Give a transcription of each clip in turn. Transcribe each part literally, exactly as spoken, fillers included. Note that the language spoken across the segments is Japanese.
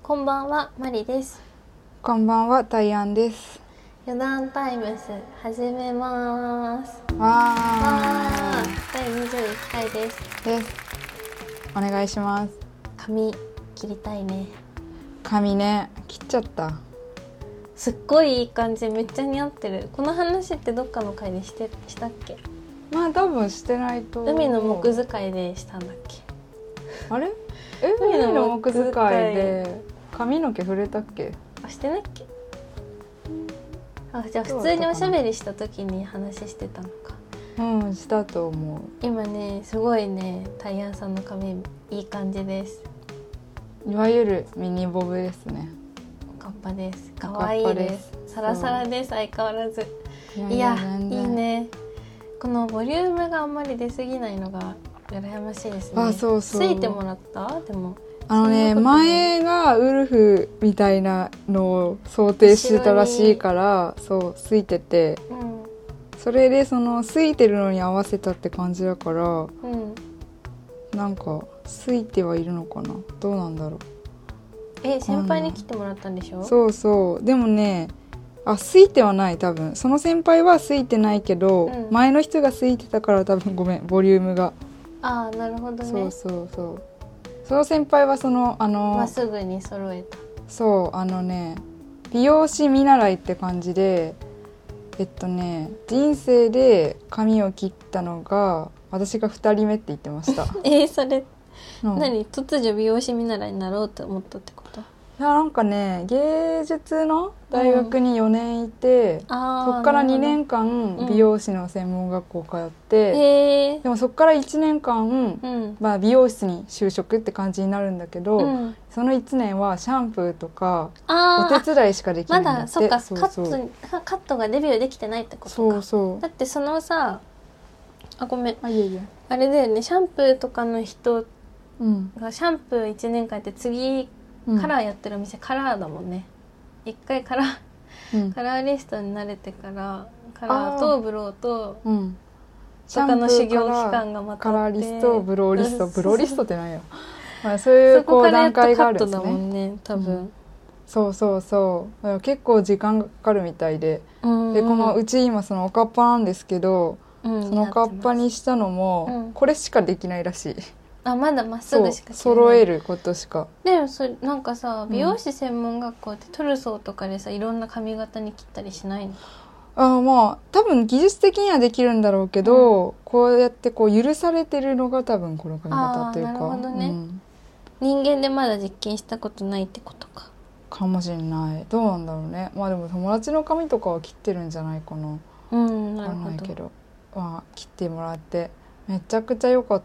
こんばんは、マリです。 こんばんは、タイアンです。 余談タイムス始めます。 わーだいにじゅういっかいです。 です。お願いします。 髪切りたいね。 髪ね、切っちゃった。 すっごいいい感じ、めっちゃ似合ってる。この話ってどっかの回でしてしたっけ？ まあ多分してないと。 海の木遣いでしたんだっけ？ あれ？え、海の木遣いで髪の毛触れたっけ？ あ、してないっけ？あ、じゃあ普通におしゃべりした時に話してたのか。 うん、したと思う。 今ね、すごいね、タイヤンさんの髪いい感じです。 いわゆるミニボブですね。 おかっぱです。可愛いです。サラサラです。相変わらず。いや、いやいいね。このボリュームがあんまり出過ぎないのが羨ましいですね。 あ、そうそう。 ついてもらった？でもあのね、前がウルフみたいなのを想定してたらしいから、そうついてて、うん、それでそのついてるのに合わせたって感じだから、うん、なんかついてはいるのかな、どうなんだろう。 え、先輩に切ってもらったんでしょ？ そうそう。でもね、あ、ついてはない。多分その先輩はついてないけど、うん、前の人がついてたから多分ごめん、ボリュームが。 ああ、なるほどね。 そうそうそう。その先輩はそのあのまっすぐに揃えた。 そうあのね、美容師見習いって感じで、えっとね人生で髪を切ったのが私がふたりめって言ってました。 えー、それ、うん、何突如美容師見習いになろうと思ったってこと？ いや、なんかね、芸術の大学によねんいて、うん、そっからにねんかん美容師の専門学校通って、うん、でもそっからいちねんかん、うんまあ、美容室に就職って感じになるんだけど、うん、そのいちねんはシャンプーとかお手伝いしかできないんだって。 まだそっか、そうそう、カット、カットがデビューできてないってことか。 そうそう。 だってそのさ、あ、ごめん、 あ、いえいえ、 あれだよね、シャンプーとかの人がシャンプーいちねんかんやって次カラーやってるお店、うん、カラーだもんね。一回カラー、うん、カラーリストに慣れてからカラーとブローと、うん、他の修行期間がまたあって、 カラーリスト、ブローリスト、ブローリストって何よ。まあそういうこう段階があるんですね。そこからやっとカットだもんね、多分。うん、そうそうそう。だから結構時間がかかるみたいで、うんうん、でこのうち今そのおかっぱなんですけど、うん、そのおかっぱにしたのもこれしかできないらしい。 あ、まだまっすぐしか揃えることしか。 でもそれなんかさ、美容師専門学校ってトルソーとかでさ、いろんな髪型に切ったりしないの？ あ、まあ多分技術的にはできるんだろうけど、うん、こうやってこう許されてるのが多分この髪型というか。 あ、なるほどね、うん、人間でまだ実験したことないってことか。 かもしれない。どうなんだろうね。まあでも友達の髪とかは切ってるんじゃないかな。 うん、なるほど。 わかんないけど、まあ切ってもらってめちゃくちゃ良かった。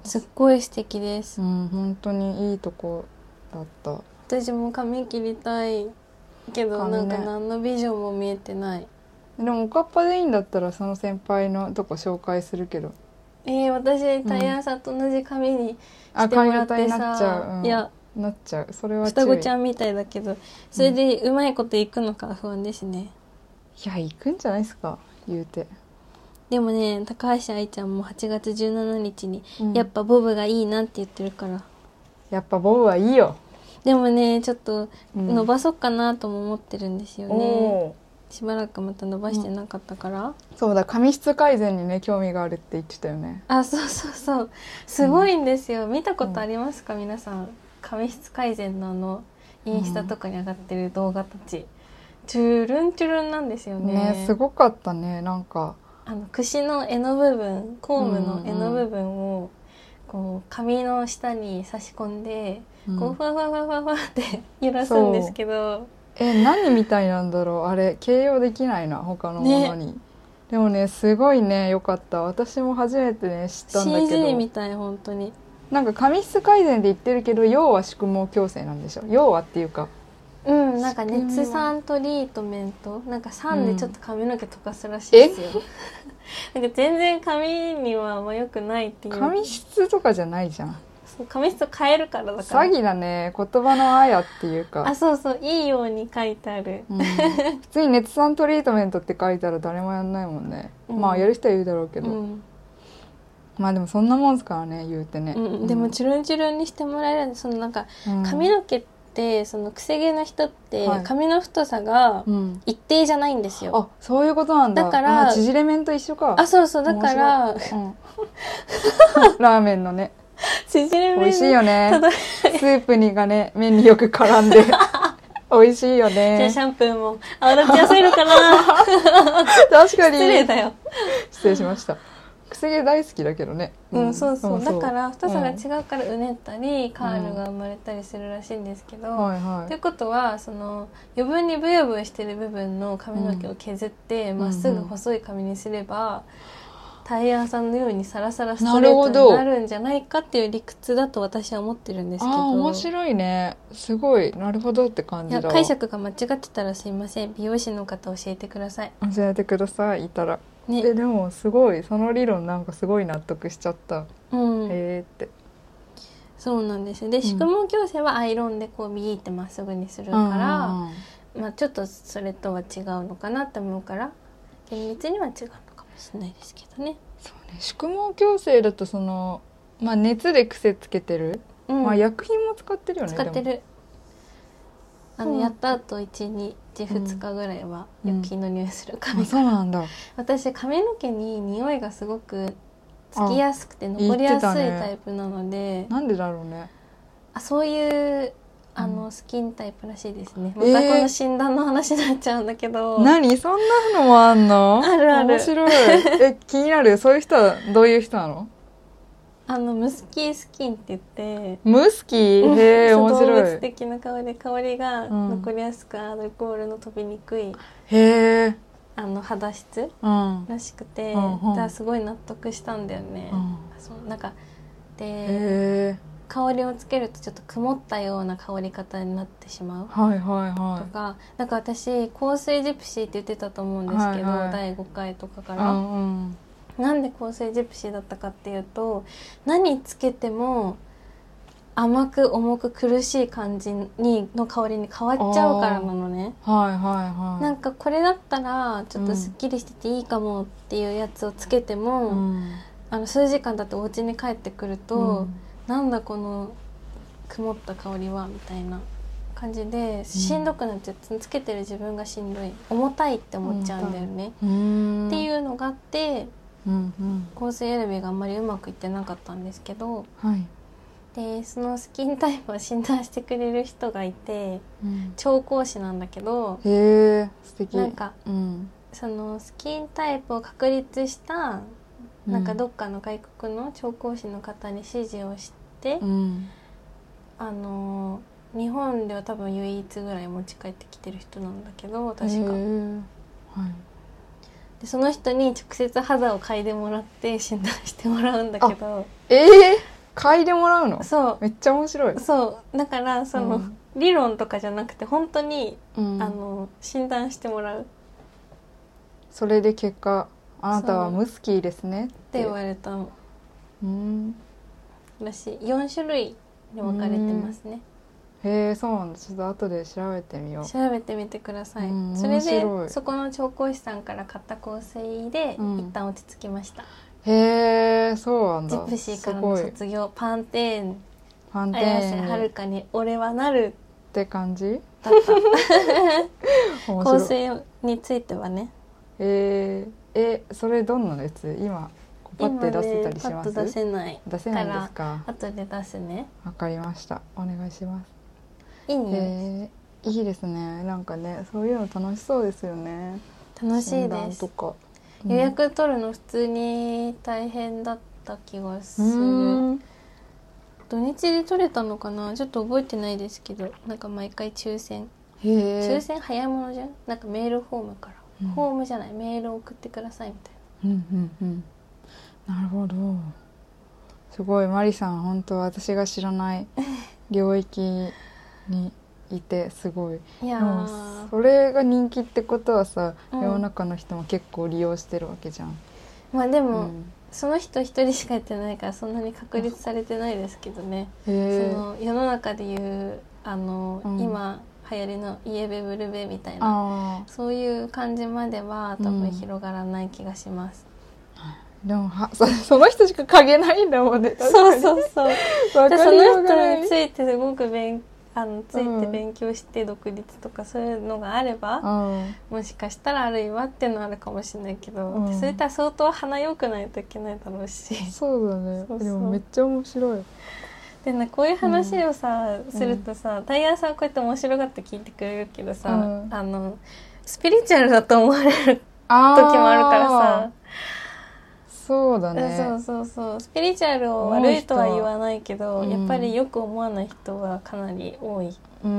すっごい素敵です。 うん、本当にいいとこだった。 私も髪切りたいけど、ね、なんか何のビジョンも見えてない。 でもおかっぱでいいんだったらその先輩のとこ紹介するけど。 えー、私タイヤさんと同じ髪にしてもらってさ、 髪型になっちゃう、うん、いやなっちゃう。それは双子ちゃんみたいだけど、それでうまいこといくのか不安ですね。 うん、いや、いくんじゃないですか、言うて。 でもね、高橋愛ちゃんもはちがつじゅうしちにちに、うん、やっぱボブがいいなって言ってるから。 やっぱボブはいいよ。 でもね、ちょっと伸ばそうかなとも思ってるんですよね、うん、しばらくまた伸ばしてなかったから、うん、 そうだ、髪質改善にね興味があるって言ってたよね。 あ、そうそうそう、すごいんですよ、うん、見たことありますか、皆さん。髪質改善のあのインスタとかに上がってる動画たち、チュルンチュルンなんですよね。 ね、すごかったね。なんかあの櫛の柄の部分、コームの柄の部分をこう髪の下に差し込んで、うん、こうふわふわふわふわふわって揺らすんですけど、 え、何みたいなんだろうあれ。形容できないな、他のものに、ね、でもね、すごいね、よかった。私も初めてね知ったんだけど、 シージー みたい。本当になんか髪質改善で言ってるけど、要は宿毛矯正なんでしょ。要はっていうか、 うん、なんか熱酸トリートメント、なんか酸でちょっと髪の毛溶かすらしいですよ、うん、なんか全然髪にはあんま良くないっていう。 髪質とかじゃないじゃん。 そう、髪質を変えるからだから。 詐欺だね、言葉のあやっていうか。 あ、そうそう、いいように書いてある、うん、 普通に熱酸トリートメントって書いたら誰もやんないもんね、うん、まあやる人は言うだろうけど、うん、まあでもそんなもんすからね、言うてね、 うんうん、でもチュルンチュルンにしてもらえるんで、そのなんか髪の毛っててそのくせ毛の人って髪の太さが一定じゃないんですよ、 うん、あそういうことなんだ。 だから縮れ麺と一緒か。 あそうそうだから、うん、 ラーメンのね縮れ麺美味しいよね。スープにがね麺によく絡んで美味しいよね。 じゃあシャンプーも泡立ちやすいのかな確かに失礼だよ。 失礼しました。くせ毛大好きだけどね。 うん、うん、そうそう。だから太さが違うからうねったり、うん、カールが生まれたりするらしいんですけど、うんはいはい、ということはその余分にブヨブヨしてる部分の髪の毛を削ってま、うん、っすぐ細い髪にすれば、うん、タイヤさんのようにサラサラストレートになるんじゃないかっていう理屈だと私は思ってるんですけど。あ面白いね。すごいなるほどって感じだわ。 いや解釈が間違ってたらすいません。美容師の方教えてください。 教えてくださいいたら。ね、えでもすごいその理論なんかすごい納得しちゃった、うん、へえってそうなんですで、宿毛矯正はアイロンでこうビーってまっすぐにするから、うん、まあ、ちょっとそれとは違うのかなって思うから厳密には違うのかもしれないですけどね。 そうね宿毛矯正だとその、まあ、熱で癖つけてる、うんまあ、薬品も使ってるよね。 使ってる。あのやった後いちにちふつかぐらいは薬品の匂いする髪、 うんうん、そうなんだ。 私髪の毛に匂いがすごくつきやすくて残りやすいタイプなので、 ね、なんでだろうね。 あそういうあの、うん、スキンタイプらしいですね。またこの診断の話になっちゃうんだけど、 えー、何そんなのもあんの？ あるある。 面白い。え気になる。そういう人はどういう人なの？ あのムスキースキンって言ってムスキーへえ面白い。 動物的な香り香りが残りやすく、うん、アルコールの飛びにくいへえあの肌質、うん、らしくて、うん、だからすごい納得したんだよね、うん、そうなんかで香りをつけるとちょっと曇ったような香り方になってしまう、 はいはいはい、 とかなんか私香水ジプシーって言ってたと思うんですけど、はいはい、だいごかいとかから、うんうんなんで香水ジプシーだったかっていうと何つけても甘く重く苦しい感じにの香りに変わっちゃうからなのね。 はいはいはい。 なんかこれだったらちょっとすっきりしてていいかもっていうやつをつけても、うん、あの数時間経ってお家に帰ってくると、うん、なんだこの曇った香りはみたいな感じでしんどくなっちゃって、うん、つけてる自分がしんどい重たいって思っちゃうんだよね、うん、っていうのがあってうんうん、香水選びがあんまりうまくいってなかったんですけど、はい、でそのスキンタイプを診断してくれる人がいて、うん、調香師なんだけどへー素敵なんか、うん、そのスキンタイプを確立したなんかどっかの外国の調香師の方に指示をして、うん、あの日本では多分唯一ぐらい持ち帰ってきてる人なんだけど確か、はいでその人に直接肌を嗅いでもらって診断してもらうんだけどええー、嗅いでもらうの？ そうめっちゃ面白い。 そうだからその、うん、理論とかじゃなくて本当に、うん、あの診断してもらう。 それで結果あなたはムスキーですね っ, って言われたのうんらしい。よんしゅるいに分かれてますね。 へえそうなんだ。ちょっと後で調べてみよう。 調べてみてください。それでそこの調香師さんから買った香水で一旦落ち着きました、 うん、へえそうなんだ。 ジプシーからの卒業パンテーンパンテーンはるかに俺はなるって感じだった香水についてはねえー、えそれどんなやつ今パッて出せたりします？ 今ねパッと出せない出せないですか。 後で出すね。 わかりましたお願いします。 いいね、 えー、いいですね。なんかねそういうの楽しそうですよね。 楽しいですとか、うん、予約取るの普通に大変だった気がする。土日で取れたのかなちょっと覚えてないですけどなんか毎回抽選へ抽選早いものじゃん。なんかメールフォームから、うん、フォームじゃないメールを送ってくださいみたいな。うんうんうんなるほどすごいマリさん本当私が知らない領域にいてすごい。いやでもそれが人気ってことはさ、うん、世の中の人も結構利用してるわけじゃん。 まあでも、うん、その人一人しかやってないからそんなに確立されてないですけどね。その世の中でいうあの、うん、今流行りのイエベブルベみたいなそういう感じまでは多分広がらない気がします、 うん、でもは そ, その人しか嗅げないんだもんね。 そうそうそうその人についてすごく勉あのついて勉強して独立とかそういうのがあれば、うん、もしかしたらあるいはっていうのはあるかもしれないけど、うん、それとは相当鼻良くないといけないだろうし。 そうだね。そうそう、でもめっちゃ面白い。 でね、こういう話をさ、うん、するとさ、タイヤさんこうやって面白がって聞いてくれるけどさ、うん、あのスピリチュアルだと思われる時もあるからさ。 そうだね。 そうそうそう。スピリチュアルを悪いとは言わないけど、やっぱりよく思わない人はかなり多い。 うん。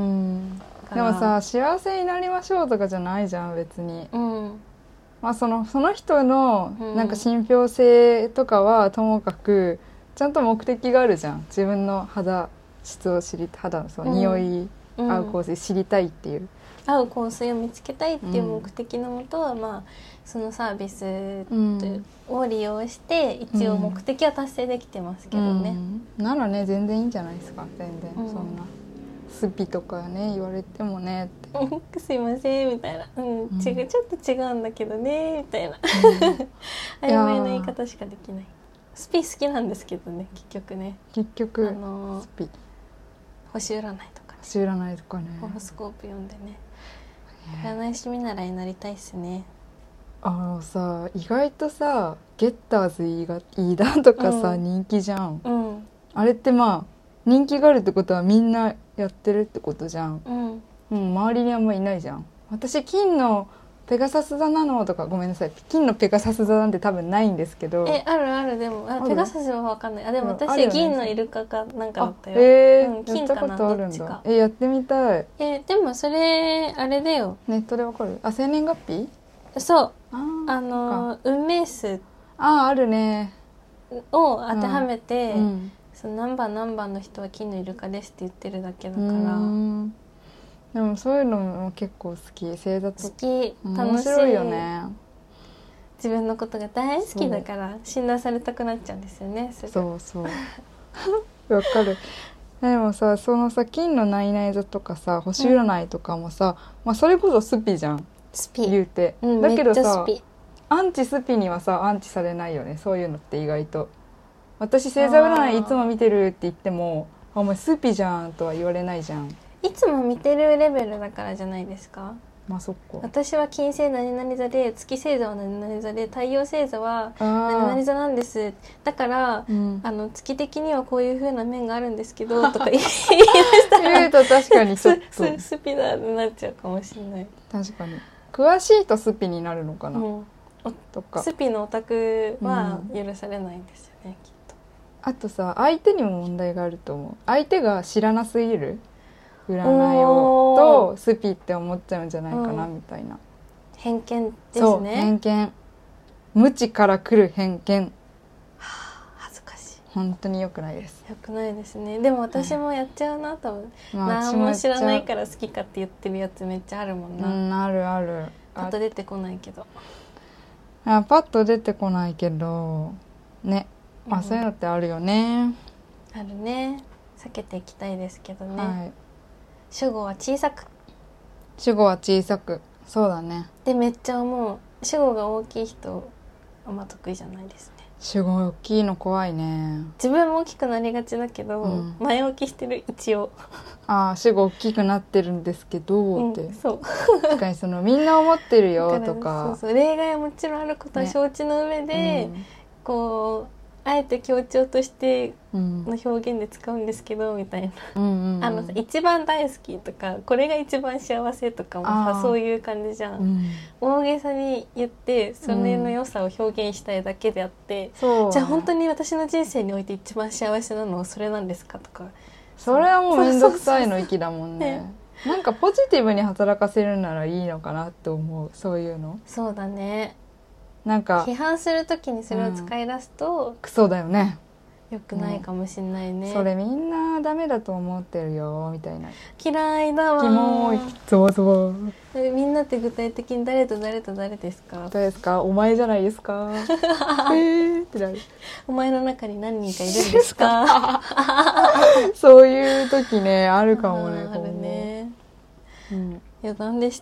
でもさ、幸せになりましょうとかじゃないじゃん、別に。うん。まあそのその人のなんか信憑性とかはともかく、ちゃんと目的があるじゃん。自分の肌質を知り、肌のその匂い、うん、合う香水知りたいっていう。合う香水を見つけたいっていう目的のもとは、うん、まあそのサービスを利用して一応目的は達成できてますけどね、 うん、ならね全然いいんじゃないですか。全然、うん、そんなスピとかね言われてもねってすいませんみたいな、うん、うん、違うちょっと違うんだけどねみたいな、うん、曖昧な言い方しかできない。スピ好きなんですけどね結局ね。 結局、 あのー、 スピ星占いとか、ね、 星占いとかねホロスコープ読んでね占い師見習いになりたいっすね。 あのさ意外とさゲッターズ飯田とかさ、うん、人気じゃん、うん、あれってまあ人気があるってことはみんなやってるってことじゃん、うんうん、周りにあんまいないじゃん。私金のペガサス座なのとかごめんなさい金のペガサス座なんて多分ないんですけど。 えあるある。でもあペガサスは分かんない。あでも私、ね、銀のイルカかなんかだったよ。 えーうん、金かな。やったことあるんだ。えやってみたい。 えでもそれあれだよ。 ネットでわかる。あ生年月日。 そうああの運命数ああるねを当てはめて、うん、その何番何番の人は金のイルカですって言ってるだけだから。うんでもそういうのも結構好き。星座好き楽しい。 面白いよね。 自分のことが大好きだから信頼されたくなっちゃうんですよね。 そうそうわかる。でもさそのさ金のナイナイ座とかさ星占いとかもさ、うんまあ、それこそスピじゃんスピ言うて、うん、だけどさアンチスピにはさアンチされないよね。そういうのって意外と。私星座占いいつも見てるって言ってもあお前スピじゃんとは言われないじゃん。 いつも見てるレベルだからじゃないですか。 まあそっか。 私は金星何々座で月星座は何々座で太陽星座は何々座なんです。だから、うん、あの月的にはこういう風な面があるんですけどとか言い出したら言うと確かにちょっとス, スピだになっちゃうかもしれない。 確かに詳しいとスピになるのかな、うん、とかスピのオタクは許されないんですよね、うん、きっと。 あとさ相手にも問題があると思う。相手が知らなすぎる占いをとスピって思っちゃうんじゃないかな、うん、みたいな偏見ですね。 そう偏見無知から来る偏見、はあ、恥ずかしい。 本当に良くないです。 良くないですね。でも私もやっちゃうな、はい、多分、まあ、何も知らないから好きかって言ってるやつめっちゃあるもんな。 うんあるある。 パッと出てこないけどあパッと出てこないけどね、まあ、うん、そういうのってあるよね。 あるね。避けていきたいですけどね、はい、主語は小さく。 主語は小さく。そうだね。 でめっちゃ思う。主語が大きい人あんま得意じゃないですね。 主語大きいの怖いね。 自分も大きくなりがちだけど、うん、前置きしてる一応。 ああ主語大きくなってるんですけどって、 うん、そう確かにそのみんな思ってるよとかそうそう例外はもちろんあることは承知の上で、ねうん、こうあえて強調としての表現で使うんですけど、うん、みたいな、うんうんうん、あのさ一番大好きとかこれが一番幸せとかもさそういう感じじゃん、うん、大げさに言ってそれの良さを表現したいだけであって、うん、じゃあ本当に私の人生において一番幸せなのはそれなんですかとか。 それはもうめんどくさいの域だもんね。なんかポジティブに働かせるならいいのかなって思う。そういうのそうだね。 なんか批判するときにそれを使い出すと、 うん、クソだよね。 よくないかもしんないね、 うん、それみんなダメだと思ってるよみたいな。 嫌いだわ。 キモいゾワゾワ。 みんなって具体的に誰と誰と誰ですか？ 誰ですか？お前じゃないですか？えーってなる。 お前の中に何人かいるんですか？ そういう時ねあるかもね。 あるね、うん、余談でした。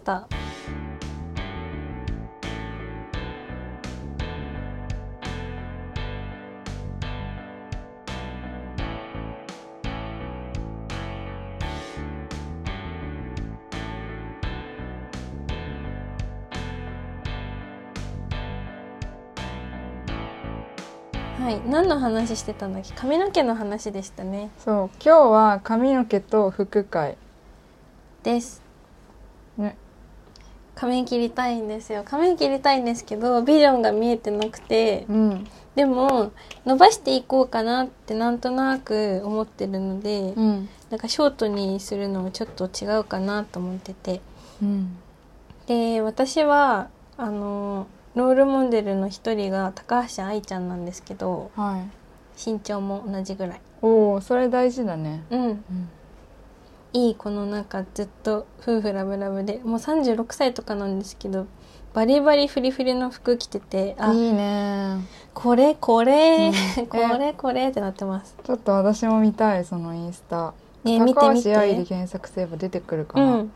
はい、何の話してたんだっけ。髪の毛の話でしたね。 そう、今日は髪の毛と服会ですね。 髪切りたいんですよ。髪切りたいんですけどビジョンが見えてなくて、うん、でも伸ばしていこうかなってなんとなく思ってるので、うん、なんかショートにするのもちょっと違うかなと思ってて、うん、で私はあのロールモデルの一人が高橋愛ちゃんなんですけど、はい、身長も同じぐらい。 おお、それ大事だね。うん、うん、 いいこのなんかずっと夫婦ラブラブでもうさんじゅうろくさいとかなんですけどバリバリフリフリの服着てて、 あ、いいね、 これこれ、うん、これこれってなってます。 ちょっと私も見たい、そのインスタ、ね、高橋愛で検索すれば出てくるかな。うん、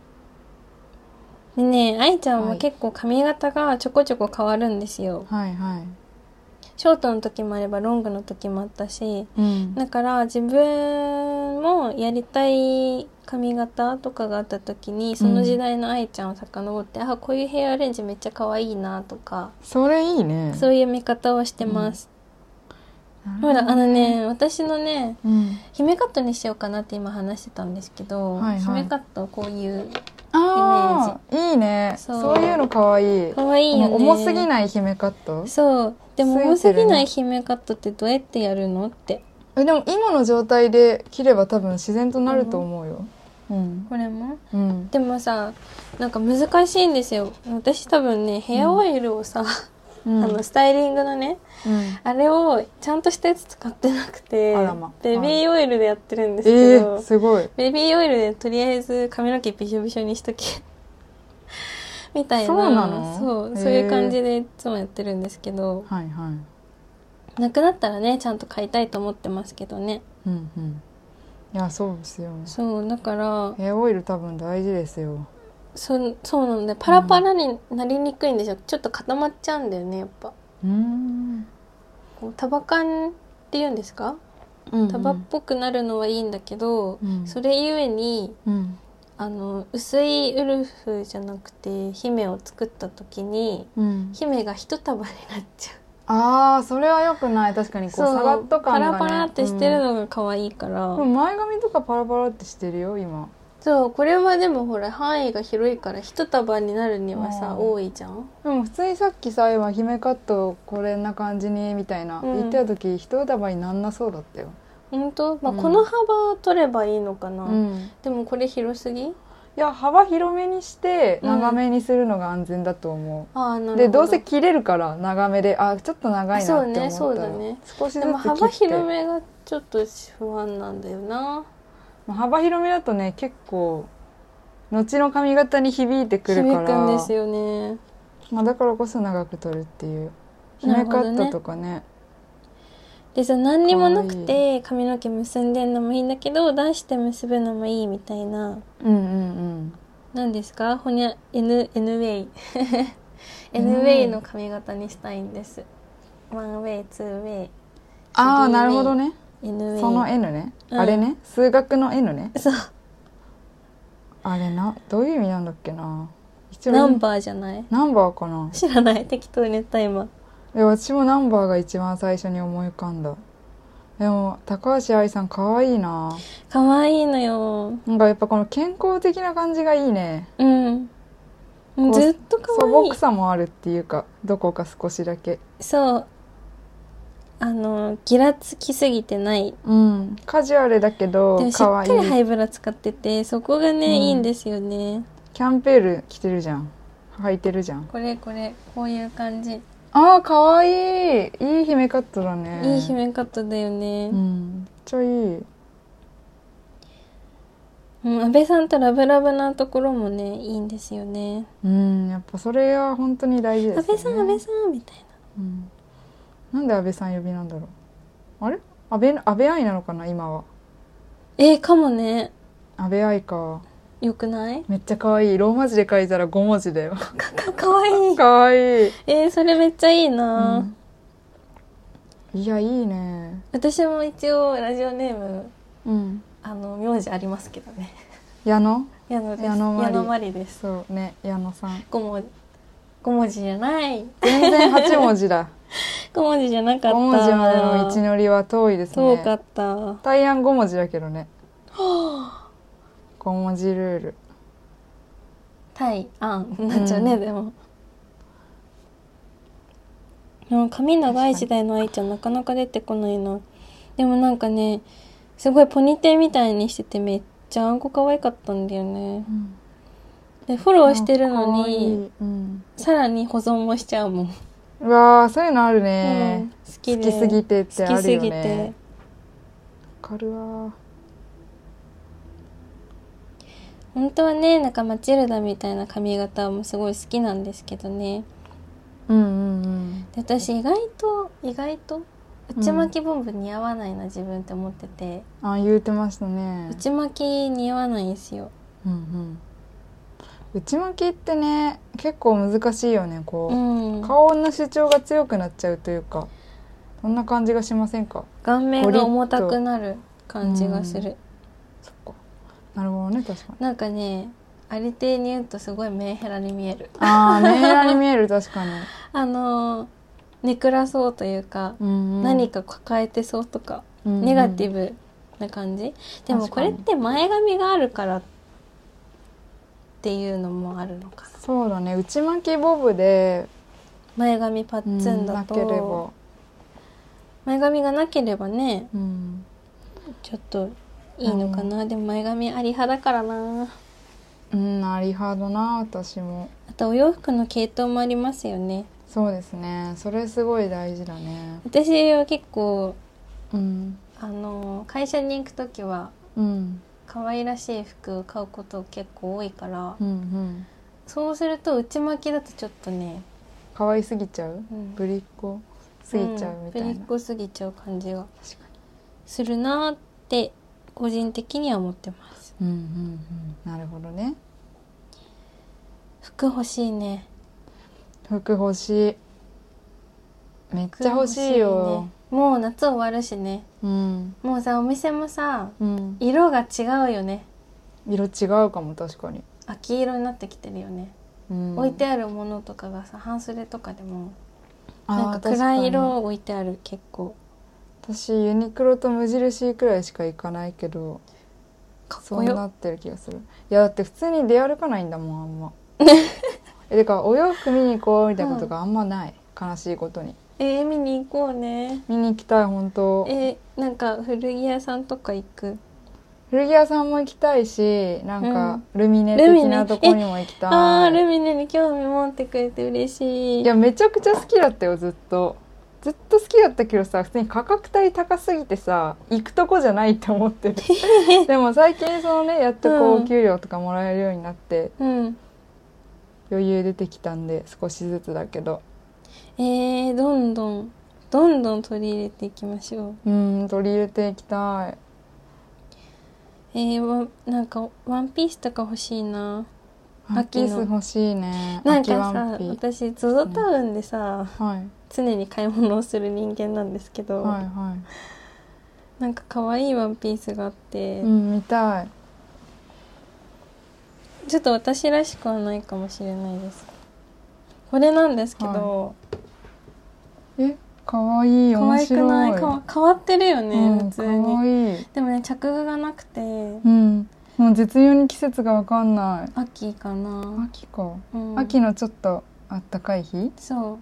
でね、愛ちゃんは結構髪型がちょこちょこ変わるんですよ。はいはい。ショートの時もあればロングの時もあったし、うん、だから自分もやりたい髪型とかがあった時にその時代の愛ちゃんを遡って、うん、あ、こういうヘアアレンジめっちゃ可愛いなとか、 それいいね。 そういう見方をしてます。うん、ほらあのね、私のね、うん、姫カットにしようかなって今話してたんですけど、はいはい、姫カットこういうイメージ。いいね。そう、そういうのかわいい。 かわいいよね。 重すぎない姫カット。 そう。でも重すぎない姫カットってどうやってやるのって。 え、でも今の状態で切れば多分自然となると思うよ。 うん。これも、うん、でもさ、なんか難しいんですよ。私多分ね、ヘアオイルをさ、うん、あのスタイリングのね、うん、あれをちゃんとしたやつ使ってなくて、あらま、ベビーオイルでやってるんですけど、 えー、すごい。 ベビーオイルでとりあえず髪の毛びしょびしょにしとけみたいな、 そうなの？ そう、そういう感じでいつもやってるんですけど、はいはい、なくなったらねちゃんと買いたいと思ってますけどね。うんうん。いや、そうですよ。 そうだからヘアオイル多分大事ですよ。 そそうなんでパラパラになりにくいんですよ、うん、ちょっと固まっちゃうんだよねやっぱ。うーん、こう束感っていうんですか、うんうん、束っぽくなるのはいいんだけど、うん、それゆえに、うん、あの薄いウルフじゃなくて姫を作った時に、うん、姫が一束になっちゃう。 あー、それは良くない。確かにこうサラッと感がね、 パラパラってしてるのが可愛いから、 うん、前髪とかパラパラってしてるよ今。 そう、これはでもほら範囲が広いから一束になるにはさ多いじゃん。 でも普通にさっきさ今姫カットこれな感じにみたいな、うん、言ってた時一束になんなそうだったよ。 本当？まあ、うん、この幅取ればいいのかな、うん、でもこれ広すぎ？いや、幅広めにして長めにするのが安全だと思う、うん、あ、なるほど。でどうせ切れるから長めで、あ、ちょっと長いなって思ったら、そうね、そうだね、少しずつ切って。でも幅広めがちょっと不安なんだよな。 幅広めだとね結構後の髪型に響いてくるから、 響くんですよね。 まあ、だからこそ長く取るっていう姫カットとか ね, ねでさ、何にもなくて髪の毛結んでんのもいいんだけど出して結ぶのもいいみたいな。うんうんうん。何ですか、ほにゃ N, N ウェイN ウェイの髪型にしたいんです。ワンウェイ、ツーウェイ。 ああ、なるほどね。N ウェイ、その N ね、うん、あれね、数学の N ね。 そう、 あれな、どういう意味なんだっけな。 ナンバーじゃない？ ナンバーかな。 知らない、適当に言った今。 いや、私もナンバーが一番最初に思い浮かんだ。でも高橋愛さん可愛いな。 可愛いのよ。 なんかやっぱこの健康的な感じがいいね。 うん。ずっと可愛い。 素朴さもあるっていうか、どこか少しだけ。 そう。あのギラつきすぎてない、 うん、カジュアルだけど可愛い。 でもしっかりハイブラ使っててそこがね、うん、いいんですよね。 キャンペール着てるじゃん、履いてるじゃん。 これこれこういう感じ。 あー、可愛い。いい姫カットだね。 いい姫カットだよね。 うん、めっちゃいい。 うん、安倍さんとラブラブなところもねいいんですよね。 うん、やっぱそれは本当に大事ですよね。 安倍さん安倍さんみたいな。うん、 なんで安倍さん呼びなんだろう。あれ、安倍、安倍愛なのかな今は。 えー、かもね。 安倍愛か。 よくない？ めっちゃ可愛い。ローマ字で書いたらごもじだよ。 かかかわいい。 かわいい。 えー、それめっちゃいいな、 うん、いや、いいね。 私も一応ラジオネーム、うん、あの名字ありますけどね。 矢野？ 矢野です。矢野まりです。 そうね、矢野さん。 ごもごもじじゃない。 全然はちもじだ。 ごもじじゃなかった。ごもじまでの道のりは遠いですね。 遠かった。 大安ごもじだけどね。ごもじルール。 大安になっちゃうね、うん、でも。でも髪長い時代の愛ちゃんなかなか出てこないな。でもなんかね、すごいポニテみたいにしててめっちゃあんこ可愛かったんだよね。うん、でフォローしてるのにいい、うん、さらに保存もしちゃうもん。 うわー、そういうのあるね、 うん、好きで好きすぎてってあるよね。好きすぎてわかるわ。 本当はね、なんかマチルダみたいな髪型もすごい好きなんですけどね。 うんうんうん。 で私意外と意外と内巻きボブ似合わないな、うん、自分って思ってて。 あ、言うてましたね。 内巻き似合わないんですよ。 うんうん。内巻きってね結構難しいよね。こう、うん、顔の主張が強くなっちゃうというか、そんな感じがしませんか？ 顔面が重たくなる感じがする。うん、 そっか。なるほどね、確かに。 なんかね、ありていに言うとすごいメンヘラに見える。 ああ、メンヘラに見える、確かに。 あのネクラそうというか、うんうん、何か抱えてそうとか、うんうん、ネガティブな感じ。でもこれって前髪があるからっていうのもあるのかな。 そうだね、内巻きボブで前髪パッツンだと、うん、なければ、前髪がなければね、うん、ちょっといいのかな、うん、でも前髪あり派だからな。 うん、あり派だな、私も。 あとお洋服の系統もありますよね。 そうですね、それすごい大事だね。 私は結構、うん、あの会社に行く時は、うん、可愛らしい服を買うこと結構多いから、うんうん、そうすると内巻きだとちょっとね可愛すぎちゃう、うん、ぶりっ子すぎちゃうみたいな、 うん、ぶりっ子すぎちゃう感じがするなって個人的には思ってます。 うんうんうん、なるほどね。 服欲しいね。 服欲しい。めっちゃ欲しいよ。 ね、もう夏終わるしね。うん、もうさ、お店もさ、うん、色が違うよね。 色違うかも、確かに。 秋色になってきてるよね。うん、置いてあるものとかがさ、半袖とかでもなんか暗い色置いてある。結構私ユニクロと無印くらいしか行かないけど、そうなってる気がする。いやだって普通に出歩かないんだもん、あんま。え、だからお洋服見に行こうみたいなことがあんまない、うん、悲しいことに。 えー、見に行こうね。 見に行きたい、本当。 えー、なんか古着屋さんとか行く？ 古着屋さんも行きたいし、なんか、うん、ルミネ的なとこにも行きたい。 あー、ルミネに興味持ってくれて嬉しい。 いや、めちゃくちゃ好きだったよ、ずっと。ずっと好きだったけどさ、普通に価格帯高すぎてさ、行くとこじゃないって思ってる。でも最近そのね、やっとこう、給料とかもらえるようになって、うん、余裕出てきたんで、少しずつだけど。 えー、どんどん、どんどん取り入れていきましょう。うん、取り入れていきたい。 えー、なんかワンピースとか欲しいな。 ワンピース欲しいね。 なんかさ、私 ゾゾ タウンでさ、はい、常に買い物をする人間なんですけど、はいはい、なんか可愛いワンピースがあって、 うん、見たい。 ちょっと私らしくはないかもしれないです。これなんですけど、 はい、え、かわいい、面白い。 可愛くない？か変わってるよね、うん、普通に。 かわいい。 でもね、着具がなくて、うん、もう絶妙に季節がわかんない。 秋かな。 秋か、うん、秋のちょっとあったかい日。 そう、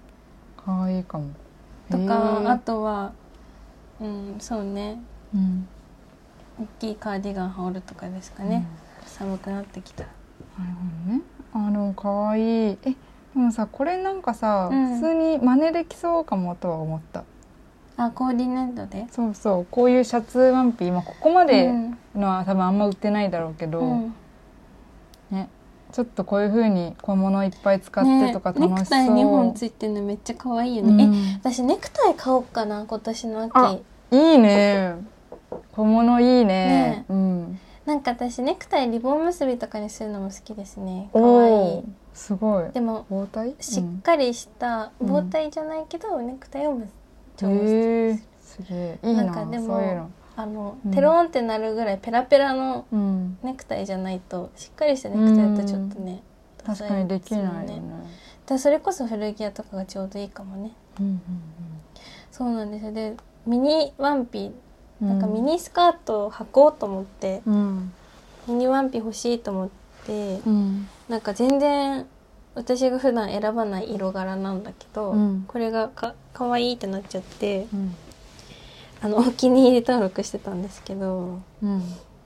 かわいいかも。 とか、あとは、うん、そうね、うん、大きいカーディガン羽織るとかですかね、うん、寒くなってきたら。 なるほどね。あのかわいい。え、でもさ、これなんかさ、うん、普通に真似できそうかもとは思った。 あ、コーディネートで。 そうそう、こういうシャツワンピー、まあ、ここまでのは多分あんま売ってないだろうけど、うん、ね、ちょっとこういう風に小物いっぱい使ってとか楽しそう、ね、ネクタイにほんついてるのめっちゃ可愛いよね、うん、え、私ネクタイ買おうかな、今年の秋。 あ、いいね、小物いいね、ね、うん、 なんか私ネクタイリボン結びとかにするのも好きですね。可愛い。 すごい。 でも包帯しっかりした棒体じゃないけど、うん、ネクタイを結ぶ。 へえ、すげえいいな。なんかでもそういうの、あの、うん、テロンってなるぐらいペラペラのネクタイじゃないと、しっかりしたネクタイだとちょっとね、 うん、確かにできないよね。 でそれこそ古着屋とかがちょうどいいかもね。うんうんうん、そうなんですよ。でミニワンピなんかミニスカートを履こうと思って、うん、ミニワンピ欲しいと思って、うん、なんか全然私が普段選ばない色柄なんだけど、うん、これがかかわいいってなっちゃって、うん、あのお気に入り登録してたんですけど、うん、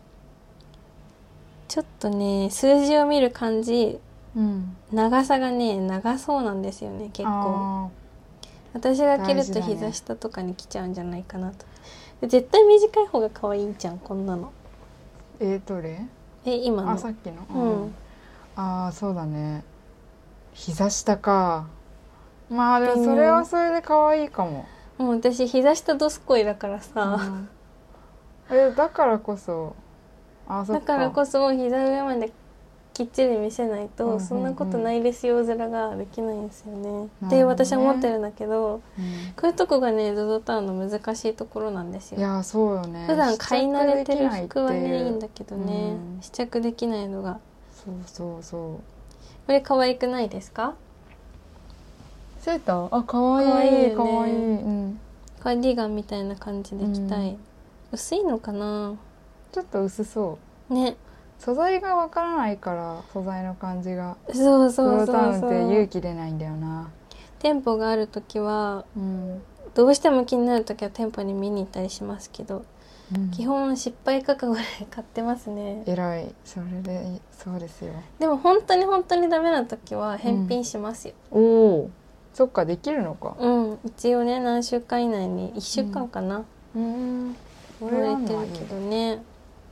ちょっとね数字を見る感じ、うん、長さがね長そうなんですよね結構。私が着ると膝下とかに来ちゃうんじゃないかなと。絶対短い方が可愛いじゃんこんなの。 えー、どれ？ え今の。 あさっきの。うん。ああそうだね。膝下か。まあでもそれはそれで可愛いかも。 もう私膝下どすこいだからさ。うん、 えだからこそ。あそっか。 だからこそ膝上まできっちり見せないと、うんうんうん、そんなことないですよ面ができないんですよね。って私は思ってるんだけど、うん、こういうとこがね ゾゾ タウンの難しいところなんですよ。 いやそうよね。 普段買い慣れてる服はねいいんだけどね、うん、試着できないのが。 そうそうそう。 これ可愛くないですか？ セーター？あ可愛い可愛い、ね、うん。 カーディガンみたいな感じで着たい、うん、薄いのかな？ ちょっと薄そうね。 素材がわからないから素材の感じが。 そうそうそうそう。 ゾゾタウンって勇気出ないんだよな。 店舗がある時は、うん、どうしても気になる時は店舗に見に行ったりしますけど、うん、基本失敗覚悟で買ってますね。 偉い。それでそうですよ。 でも本当に本当にダメな時は返品しますよ、 うん、おおそっかできるのか。 うん一応ね何週間以内にいっしゅうかんかな、うん、うん言われてるけどね。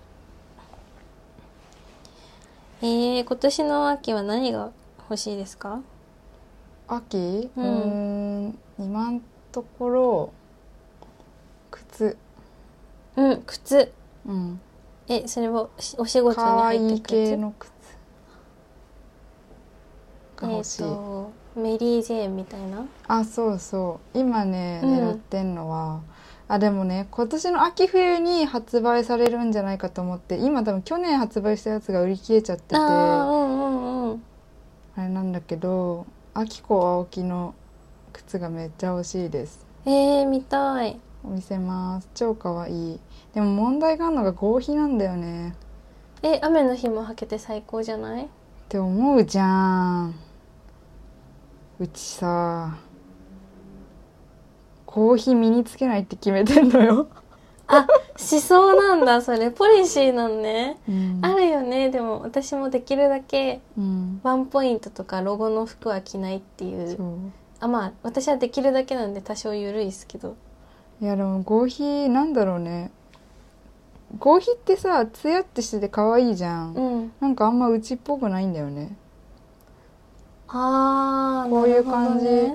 えー、今年の秋は何が欲しいですか？ 秋、うん、うーん今のところ靴。 うん靴、うん、えそれはお仕事に入ってくる系の靴が欲しい。えーとメリー・ジェーンみたいな。 あそうそう今ね、うん、狙ってんのはあでもね今年の秋冬に発売されるんじゃないかと思って、今多分去年発売したやつが売り切れちゃってて あ,、うんうんうん、あれなんだけど秋子青木の靴がめっちゃ欲しいです。 えー見たい。 見せます。超かわいい。でも問題があるのが合皮なんだよね。 え雨の日も履けて最高じゃないって思うじゃん。うちさ合皮身につけないって決めてんのよあ、しそうなんだそれポリシーなんね、うん、あるよね。でも私もできるだけワンポイントとかロゴの服は着ないっていう、うん、あまあ私はできるだけなんで多少緩いですけど。 いやでも合皮なんだろうね。合皮ってさツヤってしてて可愛いじゃん、うん、なんかあんまうちっぽくないんだよね。 あーこういう感じ、ね、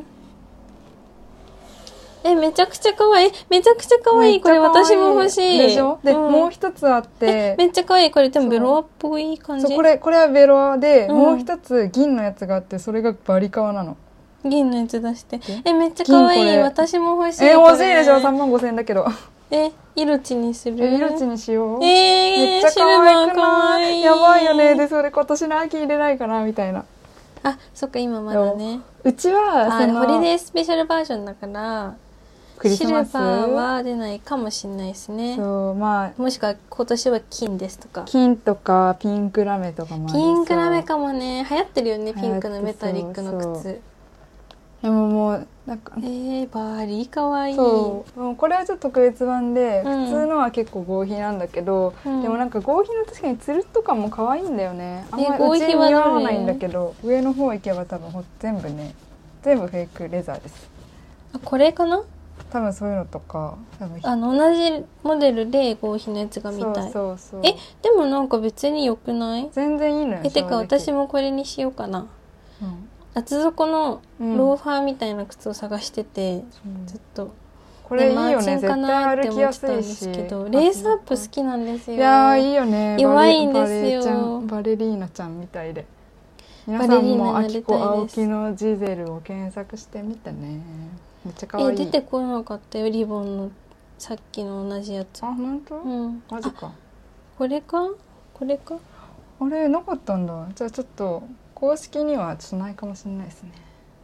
えめちゃくちゃ可愛い。めちゃくちゃ可愛い。これ私も欲しいでしょ。で、うん、もう一つあってめっちゃ可愛い。これでもベロアっぽい感じ。 そうこれこれはベロアで、うん、もう一つ銀のやつがあってそれがバリカワなの。 銀のやつ出してえめっちゃ可愛い。私も欲しい。 え欲しいでしょ。さんまんごせんえんだけどえ色にする。 え色にしよう。 えー、 めっちゃ可愛くない？やばいよね。でそれ今年の秋入れないかなみたいな。 あそっか今まだね。 うちはそのホリデースペシャルバージョンだからクリスマスシルバーは出ないかもしれないですね。 そう、まあ、 もしくは今年は金ですとか金とかピンクラメとかもありそう。 ピンクラメかもね。流行ってるよねピンクのメタリックの靴。そうでももうなんかえー、バーリーかわいい。 そうもうこれはちょっと特別版で、うん、普通のは結構合皮なんだけど、うん、でもなんか合皮の確かにつるとかも可愛いんだよね。あんまりうちに似合わないんだけど、上の方行けば多分全部ね全部フェイクレザーです。 あこれかな。 多分そういうのとか多分あの同じモデルで合皮のやつが見たい。 そうそうそう。 えでもなんか別に良くない？ 全然いいのよ。 えてか私もこれにしようかな、うん、厚底のローファーみたいな靴を探してて、うん、ずっとこれいいよね。絶対歩きやすいし。 レースアップ好きなんですよ。 いやーいいよね。 弱いんですよ。 バレちゃんバレリーナちゃんみたいで。皆さんも秋子青木のジゼルを検索してみてね。めっちゃ可愛い。 え出てこなかったよリボンのさっきの同じやつ。 あ本当？うん。マジか。 これかこれか。 あれなかったんだ。じゃあちょっと公式にはちょっとないかもしれないですね。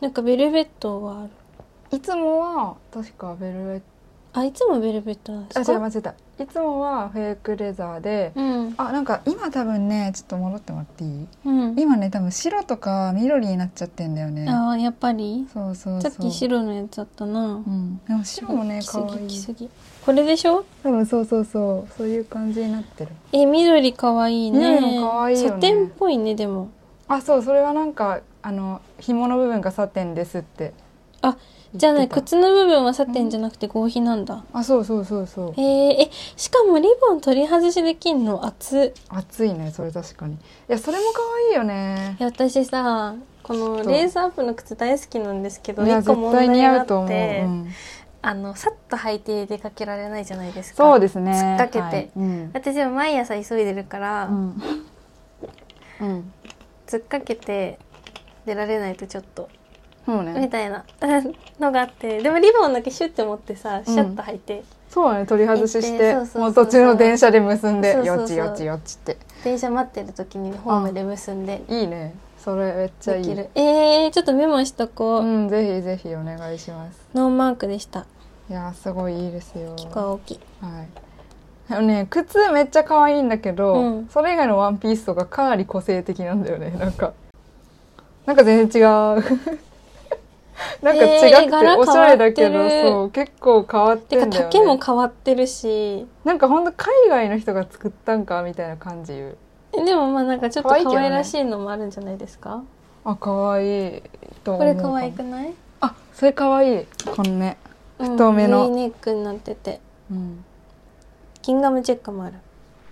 なんかベルベットはある。 いつもは確かベルベット、 あ、いつもベルベットなんですか？ あ、違う、間違えた。いつもはフェイクレザーで、うん、あ、なんか今多分ね、ちょっと戻ってもらっていい？うん、今ね、多分白とか緑になっちゃってんだよね。 ああ、やっぱり？ そうそうそう。 さっき白のやつだったな。 うん。でも白もね、可愛い。 来すぎ。これでしょ？ 多分そうそうそう。そういう感じになってる。 え、緑可愛いね。 緑も可愛いよね。 サテンっぽいね、でも。 あ、そう、それはなんか、あの、紐の部分がサテンですって。 あ、じゃあね、靴の部分はサテンじゃなくて合皮なんだ。 あ、そうそうそうそう。 えー、え、しかもリボン取り外しできんの？熱い。 熱いね、それ確かに。いや、それも可愛いよね。 いや、私さ、このレースアップの靴大好きなんですけど、一個問題があって、うん、あの、さっと履いて出かけられないじゃないですか。 そうですね。 突っかけて。はい、うん、私は毎朝急いでるから、うんうん、突っかけて出られないとちょっと。そうね、みたいなのがあって、でもリボンだけシュッて持ってさ、シャッと履いて、うん、 そうね、取り外しして、もう途中の電車で結んで、よちよちよちって電車待ってる時にホームで結んで、 いいね、それめっちゃいい。 えー、ちょっとメモしとこう。 うん、ぜひぜひお願いします。 ノーマークでした。 いやすごいいいですよ。 結構大きい。 はい。でもね、靴めっちゃ可愛いんだけど、うん、それ以外のワンピースとかかなり個性的なんだよね。なんかなんか全然違うなんか違くておしゃれだけど、えー、そう結構変わってんだよね。 てか丈も変わってるし、 なんかほんと海外の人が作ったんかみたいな感じ。 えでもまあなんかちょっと可愛らしいのもあるんじゃないですか。 あ、可愛いと思う。 これ可愛くない？ あ、それ可愛い。このね、太めの、 うん、Vネックになってて、うん、ギンガムチェックもある。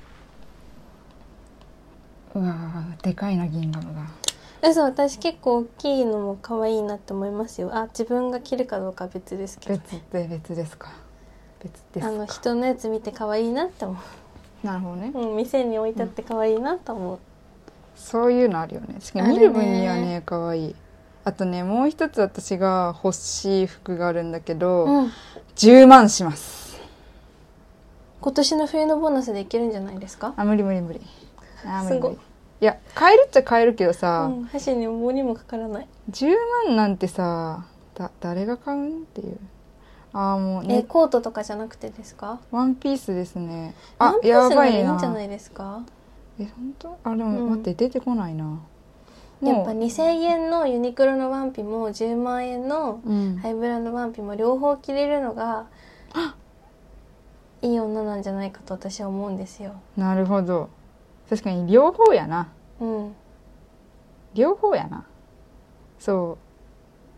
うわー、でかいなギンガムが。 え、そう、私結構大きいのも可愛いなって思いますよ。あ、自分が着るかどうかは別ですけど、ね、 別で別ですか。別ですか。 あの人のやつ見て可愛いなって思う。なるほどね。 うん、店に置いてあって可愛いなと思う。うん、 そういうのあるよね。見る分にはね可愛い。あとね、もう一つ私が欲しい服があるんだけど、うん、じゅうまんします。 今年の冬のボーナスでいけるんじゃないですか。 あ、無理無理無理。あ、無理無理。いや、買えるっちゃ買えるけどさ、 うん、箸にも棒にもかからない。 じゅうまんなんてさ、だ誰が買うんっていう。あ、もうね。え、コートとかじゃなくてですか？ ワンピースですね。 あ、やばいな。いいんじゃないですか？ え、本当？あ、でも、うん、待って、出てこないな。 やっぱにせんえんのユニクロのワンピもじゅうまんえんのハイブラのワンピも両方着れるのが、うん、いい女なんじゃないかと私は思うんですよ。 なるほど。確かに両方やな。うん。両方やな。そう。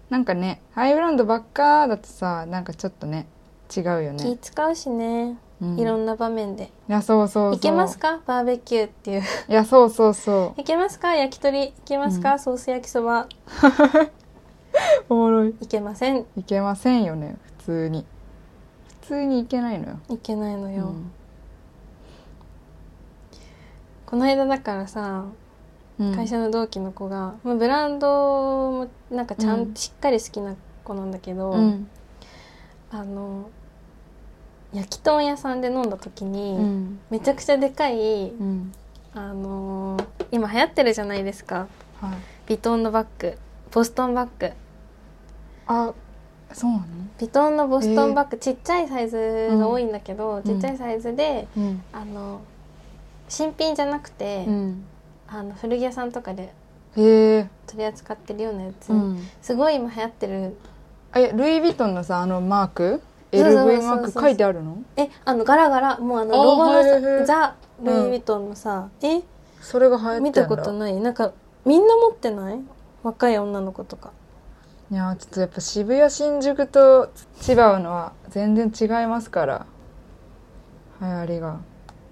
なんかね、ハイブランドばっかだとさ、なんかちょっとね、違うよね。 気使うしね、うん、いろんな場面で。 いや、そうそうそう。 いけますかバーベキューっていう。 いや、そうそうそう。 いけますか焼き鳥。いけますか、うん、ソース焼きそば。 おもろい。 いけません。 いけませんよね、普通に。普通にいけないのよ。 いけないのよ。うん、この間だからさ、うん、会社の同期の子が、まあ、ブランドもなんかちゃん、うん、しっかり好きな子なんだけど、うん、あの焼き豚屋さんで飲んだ時に、うん、めちゃくちゃでかい、うん、あのー、今流行ってるじゃないですか、はい、ヴィトンのバッグ、ボストンバッグ。 あ、そうなの？ ヴィトンのボストンバッグ、えー、ちっちゃいサイズが多いんだけど、うん、ちっちゃいサイズで、うん、あの新品じゃなくて、うん、あの古着屋さんとかで取り扱ってるようなやつ、うん、すごい今流行ってる。 え、ルイ・ヴィトンのさ、あのマーク エルブイ マーク書いてあるの？ え、あのガラガラ、もうあのロゴのさ、ザ・ルイ・ヴィトンのさ、うん、え、 それが流行ってんだ。 見たことない。なんかみんな持ってない？若い女の子とか。 いや、ちょっとやっぱ渋谷新宿と千葉のは全然違いますから、流行りが。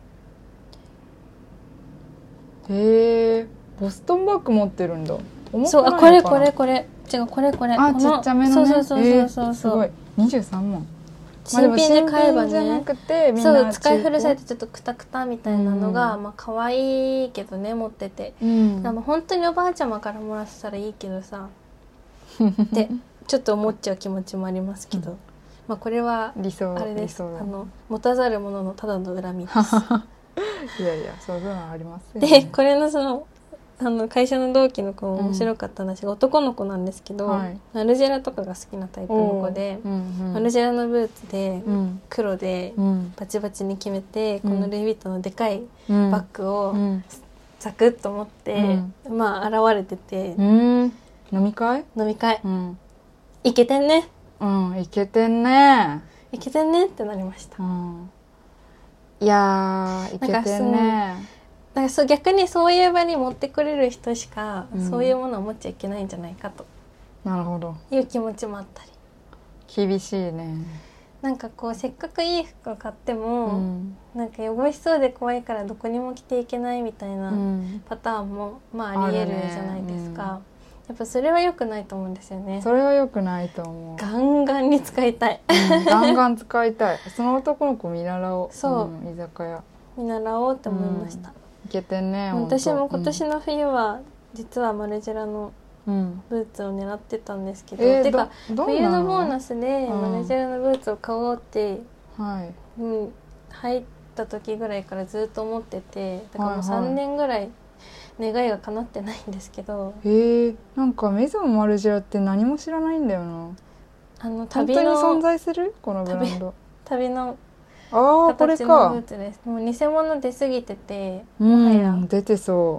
へえ、ボストンバッグ持ってるんだ。 そう、あ、これこれこれ、違う、これこれ、 あ、ちっちゃめのね。 そうそうそうそうそう、 すごい、にじゅうさんまん。 新品で買えばね、 じゃなくてみんな、そう、使い古されてちょっとクタクタみたいなのが、うん、まあ可愛いけどね、持ってて、うん、でも本当におばあちゃまからもらってたらいいけどさってちょっと思っちゃう気持ちもありますけど、うん、まあこれは理想、 あれです、 理想、 あの持たざる者のただの恨みです。 いやいや、そういうのありますよね。で、これのそのあの会社の同期の子も面白かった話が、うん、男の子なんですけど、はい、マルジェラとかが好きなタイプの子で、うんうん、マルジェラのブーツで、うん、黒でバチバチに決めて、うん、このルイ・ヴィトンのでかいバッグをザクッと持って、うん、まあ現れてて、 うん、飲み会飲み会、うん、イケてんね、 うん、イケてんねイケてんねってなりました、うん、 いやーイケてんね。 なんかそう逆にそういう場に持ってくれる人しか、うん、そういうものを持っちゃいけないんじゃないかと、 なるほどいう気持ちもあったり。 厳しいね。 なんかこうせっかくいい服を買っても、うん、なんか汚しそうで怖いからどこにも着ていけないみたいなパターンも、うん、まあありえるじゃないですか、ね、うん、やっぱそれは良くないと思うんですよね。 それは良くないと思う。 ガンガンに使いたい、 うん、ガンガン使いたい。その男の子見習おう。そう、うん、居酒屋見習おうって思いました、うん、 いけてんね。 私も今年の冬は実はマルジェラのブーツを狙ってたんですけど、うん、てか冬のボーナスでマルジェラのブーツを買おうって、はいうん、入った時ぐらいからずっと思ってて、だからもうさんねんぐらい願いが叶ってないんですけど、 へえ、なんかメゾンマルジェラって何も知らないんだよな。あの旅の本当に存在するこのブランド。 旅のあ形のブーツです。もう偽物出過ぎてて、もはや、 うん、出てそう。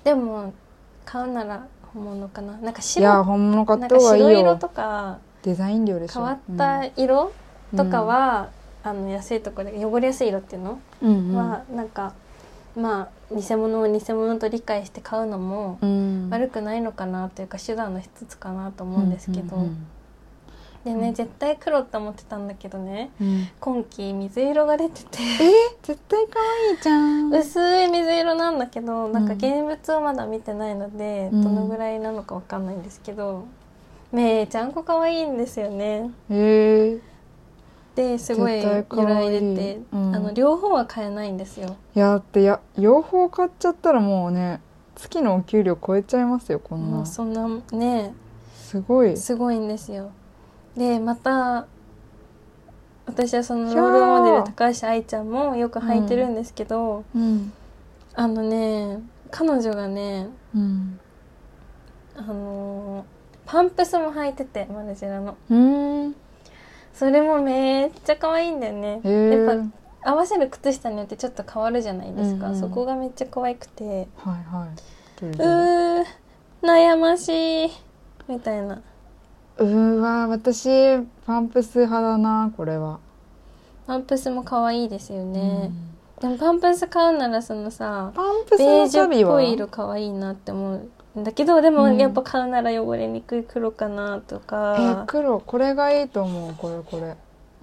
でも買うなら本物かな。なんか白、 いや本物買った方がいいよ。 白色とかデザイン料でしょ。 変わった色とかは、うん、あの安いところで汚れやすい色っていうの、うんうん、はなんかまあ偽物を偽物と理解して買うのも悪くないのかなというか、手段の一つかなと思うんですけど。うんうんうん、でね、うん、絶対黒って思ってたんだけどね、うん、今季水色が出ててえ絶対可愛いじゃん。 薄い水色なんだけど、なんか現物をまだ見てないので、うん、どのぐらいなのかわかんないんですけど、めちゃんこ可愛いんですよね。へえ。ですごい揺らいでて、うん、あの両方は買えないんですよ。 いやだってや両方買っちゃったらもうね月のお給料超えちゃいますよこんな。もうそんなねすごいすごいんですよ。でまた私はそのロールモデル高橋愛ちゃんもよく履いてるんですけど、うんうん、あのね彼女がね、うん、あのパンプスも履いててマルジェラの、うんそれもめっちゃ可愛いんだよね。やっぱ合わせる靴下によってちょっと変わるじゃないですか、うんうん、そこがめっちゃ可愛くて、はいはい、うー悩ましいみたいな。 うーわ私パンプス派だな。これはパンプスも可愛いですよね、うん、でもパンプス買うならそのさパンプスのサビはベージュっぽい色可愛いなって思うんだけど、でもやっぱ買うなら汚れにくい黒かなとか、 うん、え黒これがいいと思う。これこれ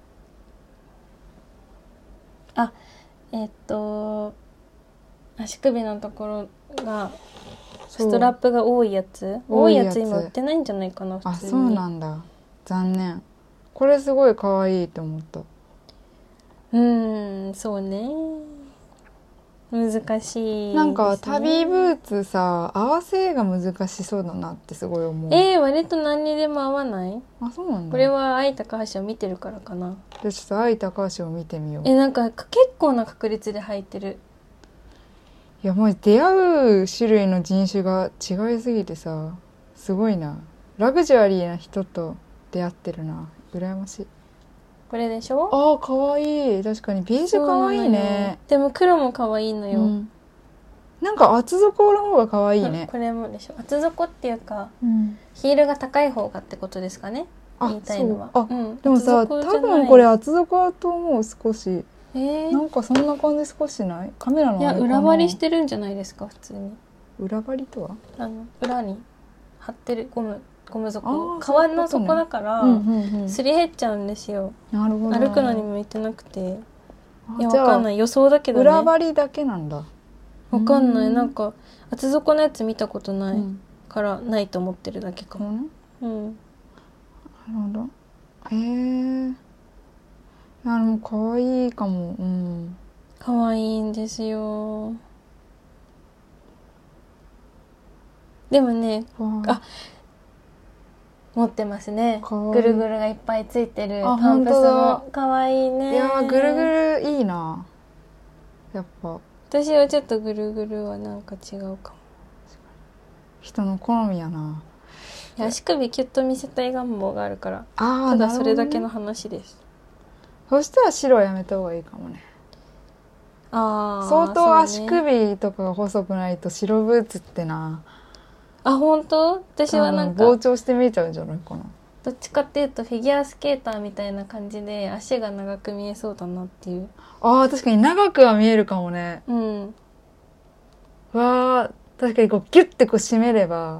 あえっと足首のところがストラップが多いやつ多いやつ今売ってないんじゃないかな普通に。 あそうなんだ残念。これすごい可愛いと思った。 うーんそうね難しいですね。 なんか旅ブーツさ合わせが難しそうだなってすごい思う。 えー、割と何にでも合わない？ あそうなんだ。 これは愛高橋を見てるからかな。 でちょっと愛高橋を見てみよう。 えなんか結構な確率で履いてる。 いやもう出会う種類の人種が違いすぎてさすごいな。ラグジュアリーな人と出会ってるな。羨ましい。 これでしょ。 あーかわいい。確かにベージュかわいいね。 でも黒もかわいいのよ、うん、 なんか厚底の方がかわいいね、 うん、これもでしょ。厚底っていうか、うん、ヒールが高い方がってことですかね。言いたいのは。あ、うん、 でもさ多分これ厚底だと思う。少しえー、なんかそんな感じ少しない？カメラのあれかな。 いや裏張りしてるんじゃないですか普通に。 裏張りとはあの裏に貼ってるゴムゴム底革の底だから、うんうんうん、すり減っちゃうんですよ。なるほど。歩くのに向いてなくて。いやわかんない予想だけどね。 裏張りだけなんだ。 わかんない。なんか厚底のやつ見たことない、うん、からないと思ってるだけかも、うん、うん、 なるほど。へえ。あの可愛いかも。うん。 可愛いんですよ。でもねあ持ってますね。ぐるぐるがいっぱいついてるパンプスも可愛いね。 いやぐるぐるいいな。やっぱ私はちょっとぐるぐるはなんか違うかも。 人の好みやな。 足首キュッと見せたい願望があるから、あ、ただそれだけの話です。 そしたら白やめた方がいいかもね。ああ、相当足首とかが細くないと白ブーツってな。 あ、本当？私はなんか膨張して見えちゃうんじゃないかな。 どっちかっていうとフィギュアスケーターみたいな感じで足が長く見えそうだなっていう。 ああ、確かに長くは見えるかもね。うん。わあ、確かにこうギュッてこう締めれば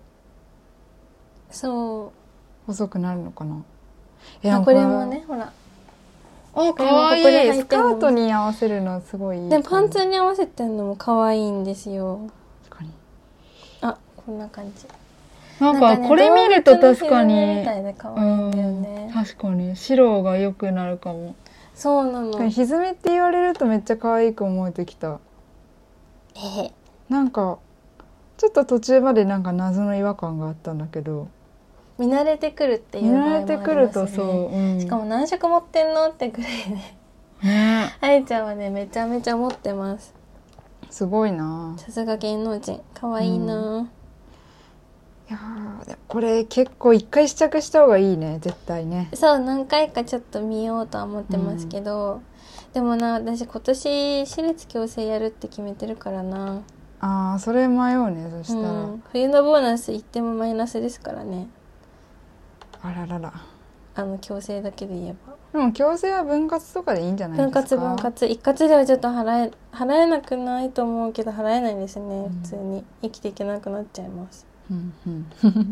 そう細くなるのかな。 いや、これもね、ほら、 あ、かわいい。スカートに合わせるのすごいいい。 でもパンツに合わせてるのもかわいいんですよ。確かに。あ、こんな感じ。 なんかこれ見ると確かに、みたいで可愛いんだよね。うん、確かに白が良くなるかも。 そうなの。 ひずめって言われるとめっちゃ可愛く思えてきた。ええ。なんかちょっと途中までなんか謎の違和感があったんだけど。 見慣れてくるっていう場合もありますね。見慣れてくるとそう、うん、しかも何色持ってんのってくらいね。ね。あいちゃんはねめちゃめちゃ持ってます。 すごいな。 さすが芸能人、可愛いな。うん、いやー、これ結構一回試着した方がいいね、絶対ね。 そう、何回かちょっと見ようとは思ってますけど、うん、でもな、私今年私立矯正やるって決めてるからな。 あー、それ迷うね。そしたら、うん、 冬のボーナス行ってもマイナスですからね。 あららら。 あの矯正だけで言えば。 でも矯正は分割とかでいいんじゃないですか。 分割分割一括ではちょっと払え払えなくないと思うけど払えないですね、うん、普通に生きていけなくなっちゃいます。うんうんなる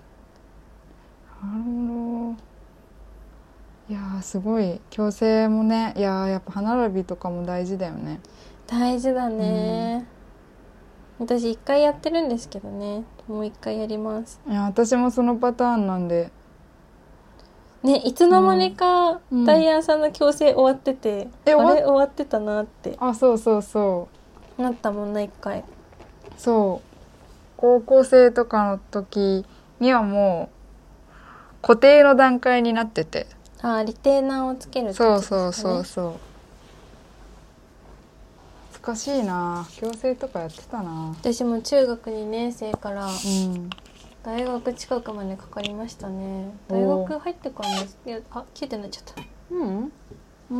ほど。いやー、すごい矯正もね。いやー、やっぱ歯並びとかも大事だよね。 大事だね、うん、私一回やってるんですけどね、もう一回やります。 いや、私もそのパターンなんでね、いつの間にか、うん、ダイアンさんの矯正終わってて、うん、あれ終わってたなって。 あ、そうそうそうなったもんな、一回。 そう、高校生とかの時にはもう固定の段階になってて、 あ、リテーナーをつけるってことですかね。そうそうそうそう。懐かしいな、矯正とかやってたな。 私も中学にねん生から、うん、大学近くまでかかりましたね。大学入ってからです。いや、あ、消えてなっちゃった。うんうん、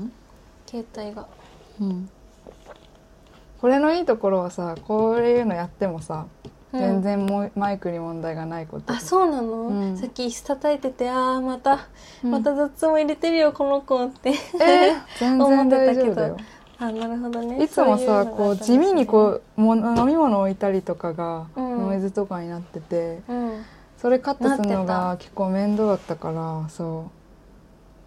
携帯が、うん、 これのいいところはさ、こういうのやってもさ、うん、全然もマイクに問題がないこと。 あ、そうなの、うん、さっき椅子叩いてて、あーまた、うん、また雑音入れてるよこの子ってえー、全然大丈夫だよ。あ、なるほどね。 いつもさ、こう地味にこうも飲み物置いたりとかがノイズとかになってて、うん、それカットするのが結構面倒だったから、そう、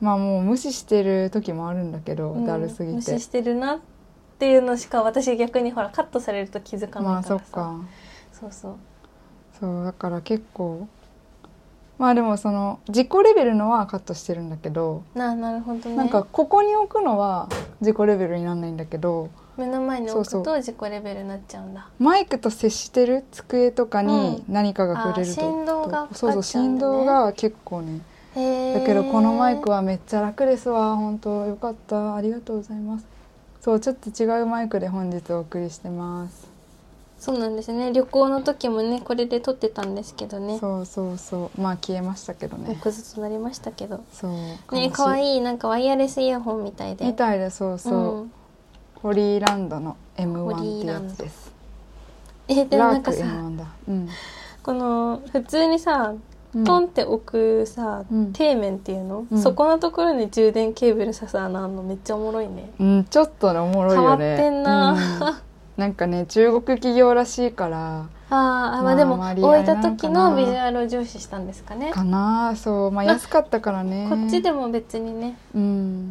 まあもう無視してる時もあるんだけど、うん、だるすぎて無視してるなっていうのしか私逆にほらカットされると気づかないからさ。まあそっか。そうそうそうだから結構、まあでもその自己レベルのはカットしてるんだけど、 ななるほどね。 なんかここに置くのは自己レベルにならないんだけど、 目の前に置くと自己レベルになっちゃうんだ。 そうそう、マイクと接してる机とかに何かが触れると、うん、振動がかかっちゃうんだね。そうそう、振動が結構ね。へー。だけどこのマイクはめっちゃ楽ですわ。本当よかった、ありがとうございます。そう、ちょっと違うマイクで本日お送りしてます。 そうなんですね。旅行の時もねこれで撮ってたんですけどね。 そうそうそう、まあ消えましたけどね。 クズとなりましたけど。そうね、かわいい、なんかワイヤレスイヤホンみたいで。 みたいで、そうそう、うん、ホリーランドの エムワン ってやつです。 え、でもなんかさ、うん、この普通にさ、トンって置くさ、うん、底面っていうの、うん、そこのところに充電ケーブルささなのめっちゃおもろいね。 うん、ちょっとねおもろいよね。 変わってんな、 うんなんかね、中国企業らしいから。 ああ、まあでも置いた時のビジュアルを重視したんですかね。 かな、そう、まあ安かったからね。 こっちでも別にね、うん、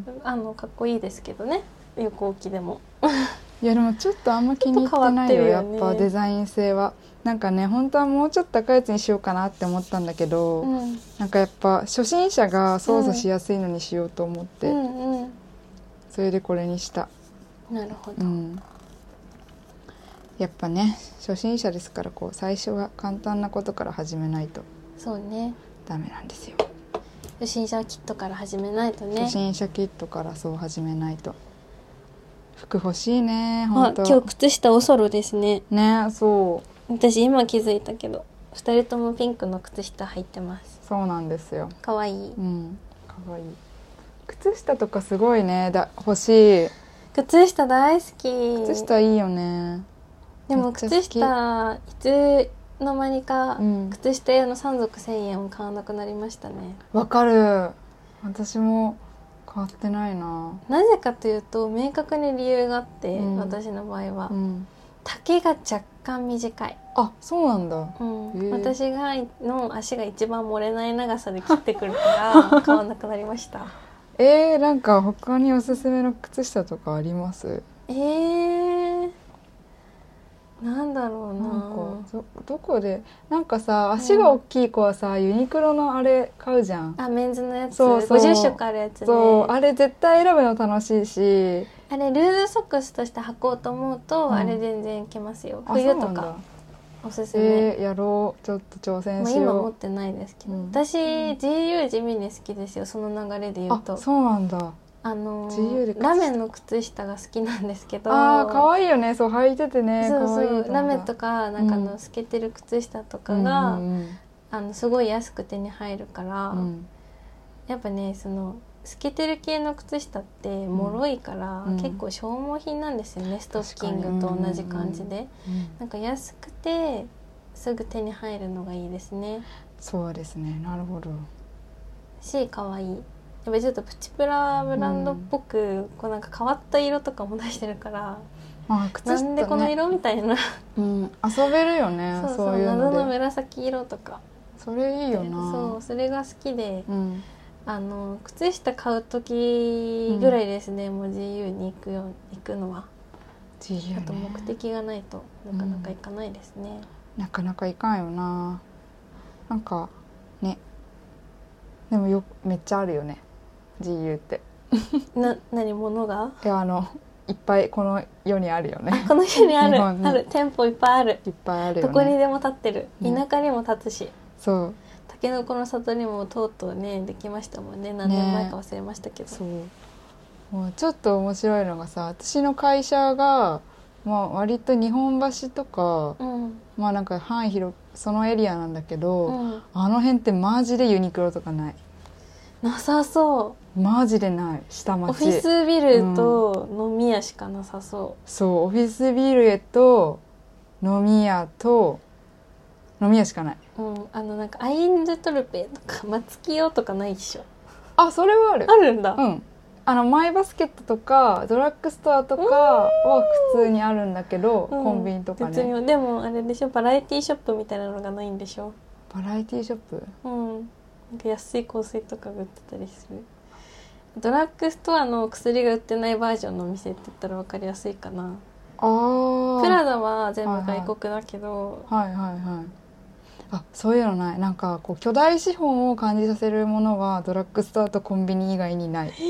あのかっこいいですけどね、横置きでも。 いやでもちょっとあんま気に入ってないよ、やっぱデザイン性は。なんかね、本当はもうちょっと高いやつにしようかなって思ったんだけど、うん、なんかやっぱ初心者が操作しやすいのにしようと思って、うんうん、それでこれにした。 なるほど。うん、 やっぱね、初心者ですから、こう最初は簡単なことから始めないとそうねダメなんですよ。 初心者キットから始めないとね。 初心者キットからそう始めないと。服欲しいね、本当。 あ、今日靴下おそろですね。 ね、そう。 私今気づいたけどふたりともピンクの靴下履いてます。 そうなんですよ。 かわいい。 うんかわいい。靴下とかすごいねだ欲しい。 靴下大好き。 靴下いいよね。 でも靴下いつの間にか、うん、靴下用のさんぞくせんえんを買わなくなりましたね。 わかる。私も変わってないな。 なぜかというと明確に理由があって、うん、私の場合は、うん、丈が若干短い。 あ、そうなんだ、 うん、私がの足が一番漏れない長さで切ってくるから買わなくなりました。 えー、なんか他におすすめの靴下とかあります？ えー、なんだろうな。 なんか ど, どこでなんかさ足が大きい子はさ、うん、ユニクロのあれ買うじゃん。 あ、メンズのやつ。 そうそうごじゅっしょくあるやつね。 そう、あれ絶対選ぶの楽しいし、 あれルーズソックスとして履こうと思うと、うん、あれ全然いけますよ。冬とかおすすめ。 えー、やろう。ちょっと挑戦しよう。 まあ、今持ってないですけど、うん、私 ジーユー 地味に好きですよ。その流れで言うと。 あ、そうなんだ。 あのー、ラメの靴下が好きなんですけど。 あー、かわいいよね。そう履いててね。 そうそう、ラメとかなんかの透けてる靴下とかが、うんうんうん、あのすごい安く手に入るから、うん、やっぱね、その透けてる系の靴下って脆いから、うん、結構消耗品なんですよね。ストッキングと同じ感じで、うんうんうん、なんか安くてすぐ手に入るのがいいですね。 そうですね、なるほど。 し、かわいい。やっぱりちょっとプチプラブランドっぽく、うん、こうなんか変わった色とかも出してるから、 あ、靴下ね、 なんでこの色みたいな、 うん、遊べるよね。 そうそう、 そういうので謎の紫色とか。 それいいよな。 そう、それが好きで、うん、あの靴下買う時ぐらいですね、うん、もう ジーユー に行くよ行くのは。 ジーユー ね、あと目的がないとなかなか行かないですね、 うん、なかなか行かんよな。なんかね、でもよめっちゃあるよね ジーユー ってな、何物が？ いや、あのいっぱいこの世にあるよね。 この世にあるある、店舗いっぱいある。 いっぱいあるよね。 どこにでも立ってる、田舎にも立つし、 そう、 たけのこの里にもとうとうねできましたもんね。何年前か忘れましたけど、ね、 そうもうちょっと面白いのがさ、私の会社が、まあ、割と日本橋とか、うん、まあなんか範囲広そのエリアなんだけど、うん、あの辺ってマジでユニクロとかない。 なさそう。 マジでない。下町オフィスビルと飲み屋しかなさそう、うん、 そう、オフィスビルへと飲み屋と飲み屋しかない、 うん、あのなんかアインズトルペとか松清とかないでしょ。 あ、それはある。 あるんだ。 うん、あのマイバスケットとかドラッグストアとかは普通にあるんだけど、うん、コンビニとかね。 別にでもあれでしょ、バラエティショップみたいなのがないんでしょ。 バラエティショップ、 うん、なんか安い香水とかが売ってたりする。ドラッグストアの薬が売ってないバージョンのお店って言ったら分かりやすいかな。あー、プラダは全部外国だけど、 はいはい、はいはいはい、あ、そういうのない。なんかこう巨大資本を感じさせるものはドラッグストアとコンビニ以外にない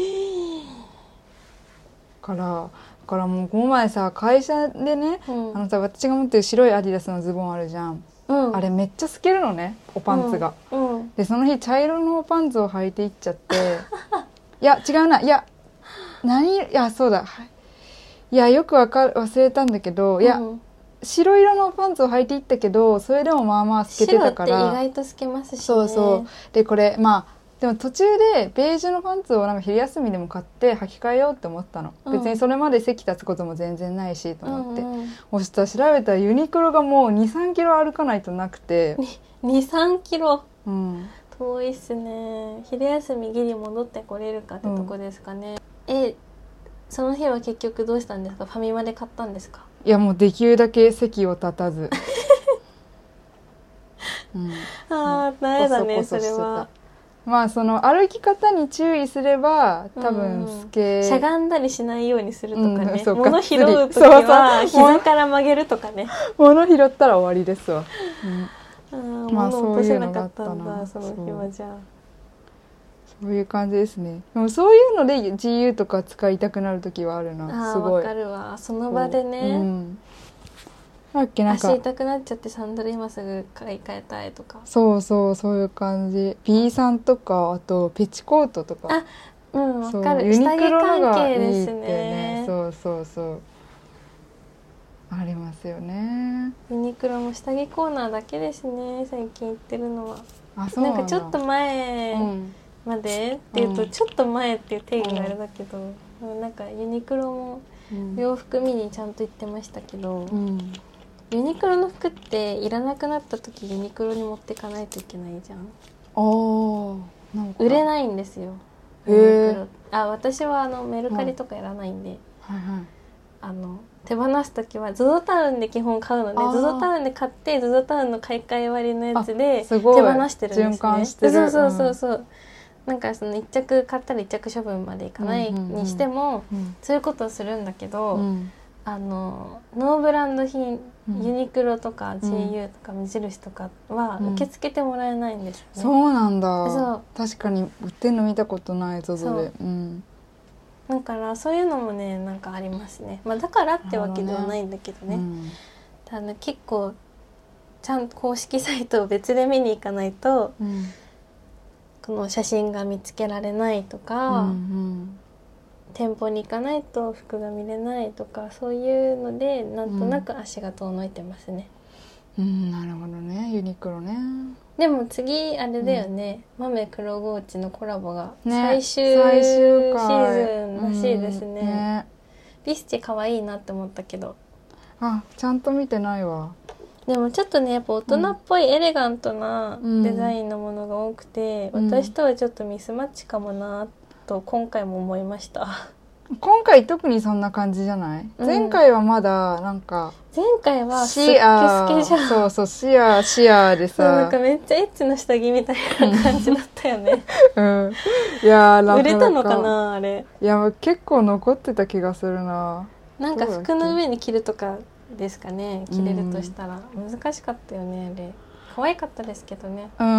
からだからもうこの前さ、会社でね、うん、あのさ、私が持ってる白いアディダスのズボンあるじゃん、うん、あれめっちゃ透けるのね、おパンツが、うんうん、でその日茶色のパンツを履いていっちゃっていや違うな、いや何、いやそうだ、いやよくわかる、忘れたんだけど、いや、うん、白色のパンツを履いていったけど、それでもまあまあ透けてたから。 白って意外と透けますしね。 そうそう。でこれまあでも途中でベージュのパンツをなんか昼休みでも買って履き替えようって思ったの、うん、別にそれまで席立つことも全然ないしと思って、うんうん、そしたら調べたらユニクロがもう にさんキロ歩かないとなくて。 にさんキロ、 うん、 遠いっすね。昼休みギリ戻ってこれるかってとこですかね、うん、えその日は結局どうしたんですか？ファミマで買ったんですか？ いやもうできるだけ席を立たずうん、ああ、ダメだね、それは。 まあその歩き方に注意すれば多分透け、 うん、しゃがんだりしないようにするとかね、うん、物拾う時は膝から曲げるとかね。 物拾ったら終わりですわ、 うん、あ、まあ、物落とせなかったんだ、その日は。じゃあそういう感じですね。でもそういうので ジーユー とか使いたくなる時はあるな。 あ、すごいわかるわ、その場でね、うん、 だっけ、なんか足痛くなっちゃってサンダル今すぐ買い替えたいとか。 そうそう、そういう感じ。 B さんとか、あとペチコートとか。 あ、うん、わかる。ユニクロのがいいってね。 そうそうそう。 ありますよね。 ユニクロも下着コーナーだけですね、最近行ってるのは。 あ、そうなんだ。 なんかちょっと前までっていうと、うん、ちょっと前っていう定義があれだけど、うん、なんかユニクロも洋服見にちゃんと行ってましたけど、うん、ユニクロの服っていらなくなった時ユニクロに持ってかないといけないじゃん。 あ、 なんか売れないんですよ。ユニクロ。あ、私はあのメルカリとかやらないんで、はいはいはい、あの手放す時は ゾゾ タウンで基本買うので ゾゾ タウンで買って ゾゾ タウンの買い替え割のやつで手放してるんですね。循環してる。そうそうそうそう、うん、なんかそのいっ着買ったらいっ着処分までいかないにしても、うんうんうん、そういうことをするんだけど、うん、あのノーブランド品、うん、ユニクロとか ジェーユー とか無印とかは受け付けてもらえないんですよね、 うん、そうなんだ。そう確かに売ってるの見たことない ゾゾ で。うん、 だからそういうのもねなんかありますね、まあ、だからってわけではないんだけどね、うん、ただ結構ちゃんと公式サイトを別で見に行かないと、うん、この写真が見つけられないとか、うんうん、店舗に行かないと服が見れないとかそういうのでなんとなく足が遠のいてますね。 うん、うん、なるほどね。ユニクロね。 でも次あれだよね、うん、豆黒河内のコラボが最終、ね、最終シーズンらしいですね、うん、ね。ビスチ可愛いなって思ったけど、 あ、ちゃんと見てないわ。 でもちょっとねやっぱ大人っぽいエレガントなデザインのものが多くて、うん、私とはちょっとミスマッチかもなと今回も思いました。 今回特にそんな感じじゃない？うん、前回はまだなんか前回はスッケスケじゃん。 そうそう、シアシアでさ、 なんかめっちゃエッチな下着みたいな感じだったよね。 うん、いやーなんか売れたのかなあれ。 いや結構残ってた気がするな。 なんか服の上に着るとかですかね、着れるとしたら、うん、難しかったよねあれ。可愛かったですけどね。 うん、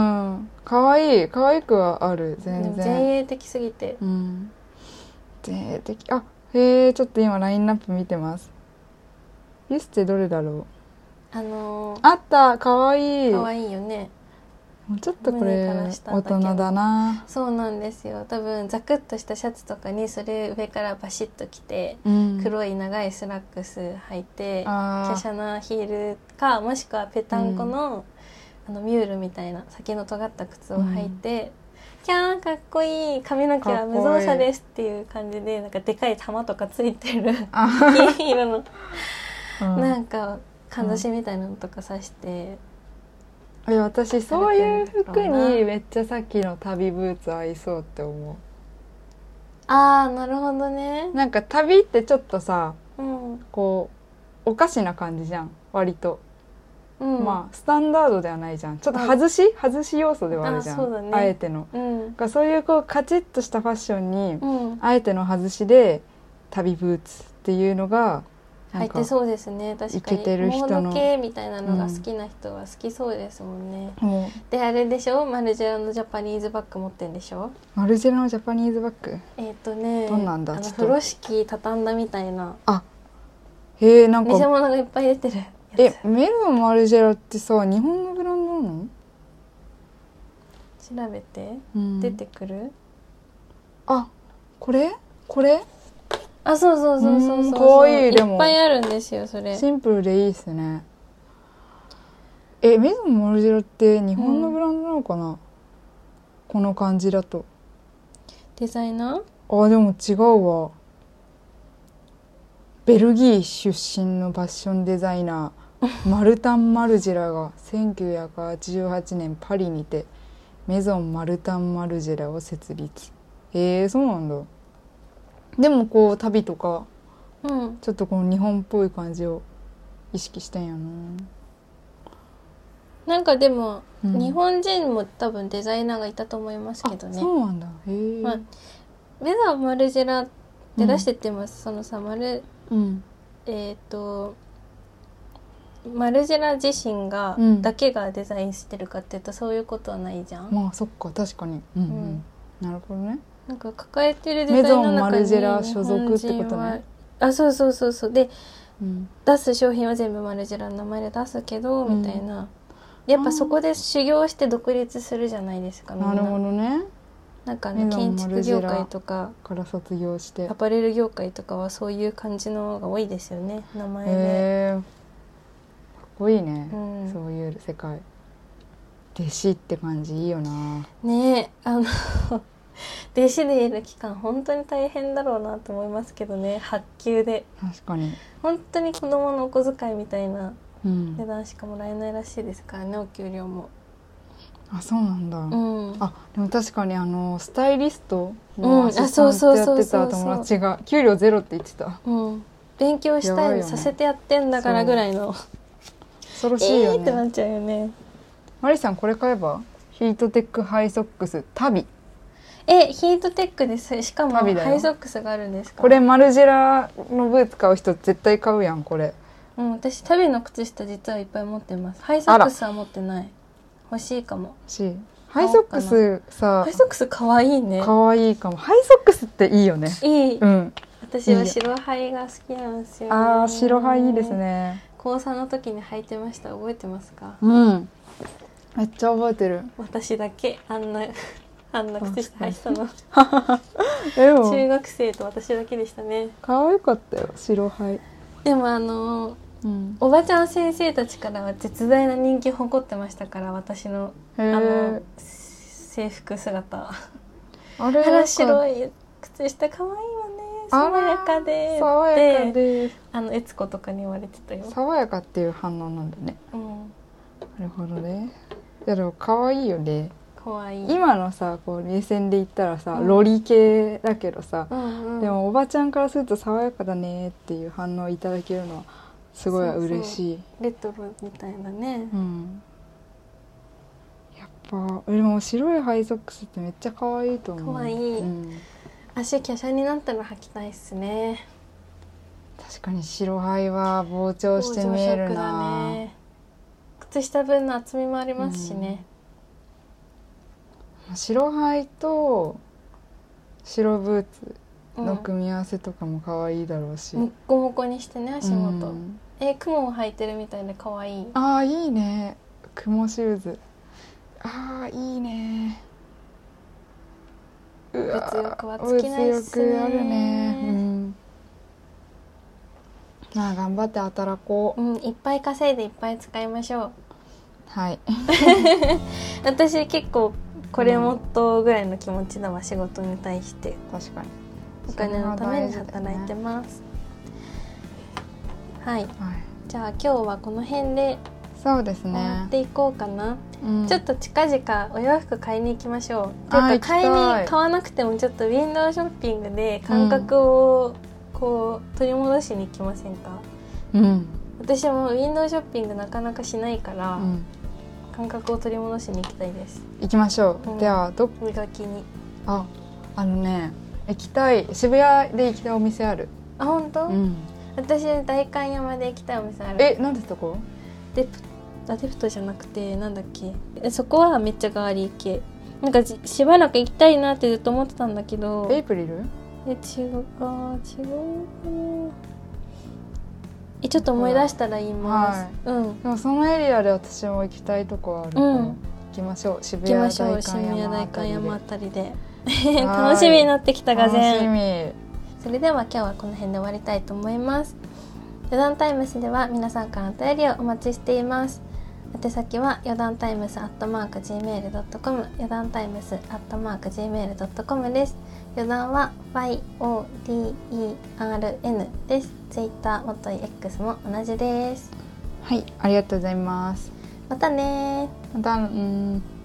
可愛い可愛くはある全然。 前衛的すぎて。 うん。前衛的。あ、へえ、ちょっと今ラインナップ見てます。ビスってどれだろう。 あのー、 あった、可愛い。 可愛いよね。 もうちょっとこれ大人だな。 そうなんですよ。多分ザクッとしたシャツとかにそれ上からバシッと着て、うん、黒い長いスラックス履いて華奢なヒールかもしくはペタンコの、うん、あのミュールみたいな先の尖った靴を履いて、うん、キャーかっこいい、髪の毛は無造作ですっていう感じでなんかでかい玉とかついてる金色の、うん、なんかかんざしみたいなのとか刺して、 うん、私そういう服にめっちゃさっきの旅ブーツ合いそうって思う。 あーなるほどね。 なんか旅ってちょっとさ、うん、こうおかしな感じじゃん割と、うん、まあスタンダードではないじゃん。ちょっと外し、うん、外し要素ではあるじゃん。 あ, そうだね、あえての、うん、がそういうこうカチッとしたファッションに、うん、あえての外しで旅ブーツっていうのが入ってそうですね。確かにモード系みたいなのが好きな人は好きそうですもんね、うん、であれでしょ、マルジェラのジャパニーズバッグ持ってんでしょ。 マルジェラのジャパニーズバッグ、 えっ、ー、とねどんなんだ。 あの風呂敷畳んだみたいな、 あ、へえ、なんか偽物がいっぱい出てるやつ。 え、メロンマルジェラってさ日本のブランドなの？ 調べて、うん、出てくる。 あ、これこれあ、そうそうそうそうそう、 かわいい。でもいっぱいあるんですよそれ。 シンプルでいいですね。え、メゾンマルジェラって日本のブランドなのかな、うん、この感じだと。 デザイナー？あ、でも違うわ。ベルギー出身のファッションデザイナーマルタン・マルジェラがせんきゅうひゃくはちじゅうはちねんパリにてメゾン・マルタン・マルジェラを設立。へえ、そうなんだ。でもこう旅とか、うん、ちょっとこの日本っぽい感じを意識したんやな。 なんかでも、うん、日本人も多分デザイナーがいたと思いますけどね。 そうなんだ。へえ、まあ、 メゾンマルジェラって出してってます、うん、そのさマル、うん、えっ、ー、とマルジェラ自身が、うん、だけがデザインしてるかっていうとそういうことはないじゃん。 まあそっか、確かに、うんうん、なるほどね。 なんか抱えてるデザインの中にメゾンマルジェラ所属ってことね。 あ、そうそうそうそうで、うん、出す商品は全部マルジェラの名前で出すけど、うん、みたいな。やっぱそこで修行して独立するじゃないですか、みんな。 なるほどね。 なんかね建築業界とかから卒業してアパレル業界とかはそういう感じのが多いですよね、名前で。 へー、かっこいいね、 うん、 そういう世界。弟子って感じいいよな。 ねえ、あの弟子でいる期間本当に大変だろうなと思いますけどね、発給で。 確かに本当に子供のお小遣いみたいな値段しかもらえないらしいですからね、お給料も。 あ、そうなんだ、うん、あ、でも確かにあのスタイリストのアシスタントやってた友達が給料ゼロって言ってた、 うん、勉強したいのさせてやってんだからぐらいの、 恐ろしいよね、 えーってなっちゃうよね。 マリさんこれ買えばヒートテックハイソックス旅。 え、ヒートテックです。しかもハイソックスがあるんですか。 これマルジェラのブーツ買う人絶対買うやんこれ。 うん、私旅の靴下実はいっぱい持ってます。ハイソックスは持ってない。欲しいかも。 欲しい。ハイソックスさ、 ハイソックスかわいいね。 かわいいかも。ハイソックスっていいよね。 いい。 うん。 私は白ハイが好きなんですよ、ね。 ああ、白ハイいいですね。 高さんの時に履いてました。覚えてますか。 うん。めっちゃ覚えてる。 私だけあんなあんな靴下履いてたの。中学生と私だけでしたね。 可愛かったよ白ハイ。 でもあのーうん、おばちゃん先生たちからは絶大な人気を誇ってましたから、私のあの制服姿。あれ腹白い靴下可愛いわね、爽やかで爽やかで、 あの悦子とかに言われてたよ。 爽やかっていう反応なんだね。 うん、 なるほどね。でも可愛いよね。 可愛い。 今のさこう目線で言ったらさ、うん、ロリ系だけどさ、 うんうん、 でもおばちゃんからすると爽やかだねっていう反応をいただけるのはすごい嬉しい。 そうそうレトロみたいなね、 うん、やっぱでも白いハイソックスってめっちゃ可愛いと思う。 可愛い、うん、足華奢になったら履きたいっすね。 確かに白ハイは膨張して見えるな。だね、 靴下分の厚みもありますしね、 うん、白ハイと白ブーツの組み合わせとかも可愛いだろうし、 もっこもこにしてね足元、うん、え雲を履いてるみたいで可愛い。 ああいいね、雲シューズ。ああいいね。 うわ物欲は尽きないっすね。 物欲あるね、うん、まあ頑張って働こう、 うん、いっぱい稼いでいっぱい使いましょう。 はい私結構これもっとぐらいの気持ちだわ、仕事に対して。 確かにお金のために働いてます、ね、はい、はい、じゃあ今日はこの辺でそうですね終わっていこうかな、うん、ちょっと近々お洋服買いに行きましょう。 というか買いに買わなくてもちょっとウィンドウショッピングで感覚をこう取り戻しに行きませんか。うん、私もウィンドウショッピングなかなかしないから、うん、感覚を取り戻しに行きたいです。 行きましょう、うん、ではど磨きに。 あ、あのね行きたい渋谷で行きたいお店ある。 あ、本当？ うん、 私代官山で行きたいお店ある。 え、なんでそこ？ デプあデプトじゃなくてなんだっけ、そこはめっちゃガーリー系。なんかしばらく行きたいなってずっと思ってたんだけど。 エイプリル？ え、違うか違うかな。え、ちょっと思い出したら言います、はい、うん、 でもそのエリアで私も行きたいとこあるから、うん、行きましょう。渋谷代官山あたりで楽しみになってきたがぜん。楽しみ。 それでは今日はこの辺で終わりたいと思います。余談タイムスでは皆さんからのお便りをお待ちしています。宛先は余談タイムスアットマーク ジーメールドットコム 余談タイムスアットマーク ジーメールドットコム です。余談は ワイオーディーイーアールエヌ です。ツイッター、もとい X も同じです。 はい、ありがとうございます。 またね。 また、うん。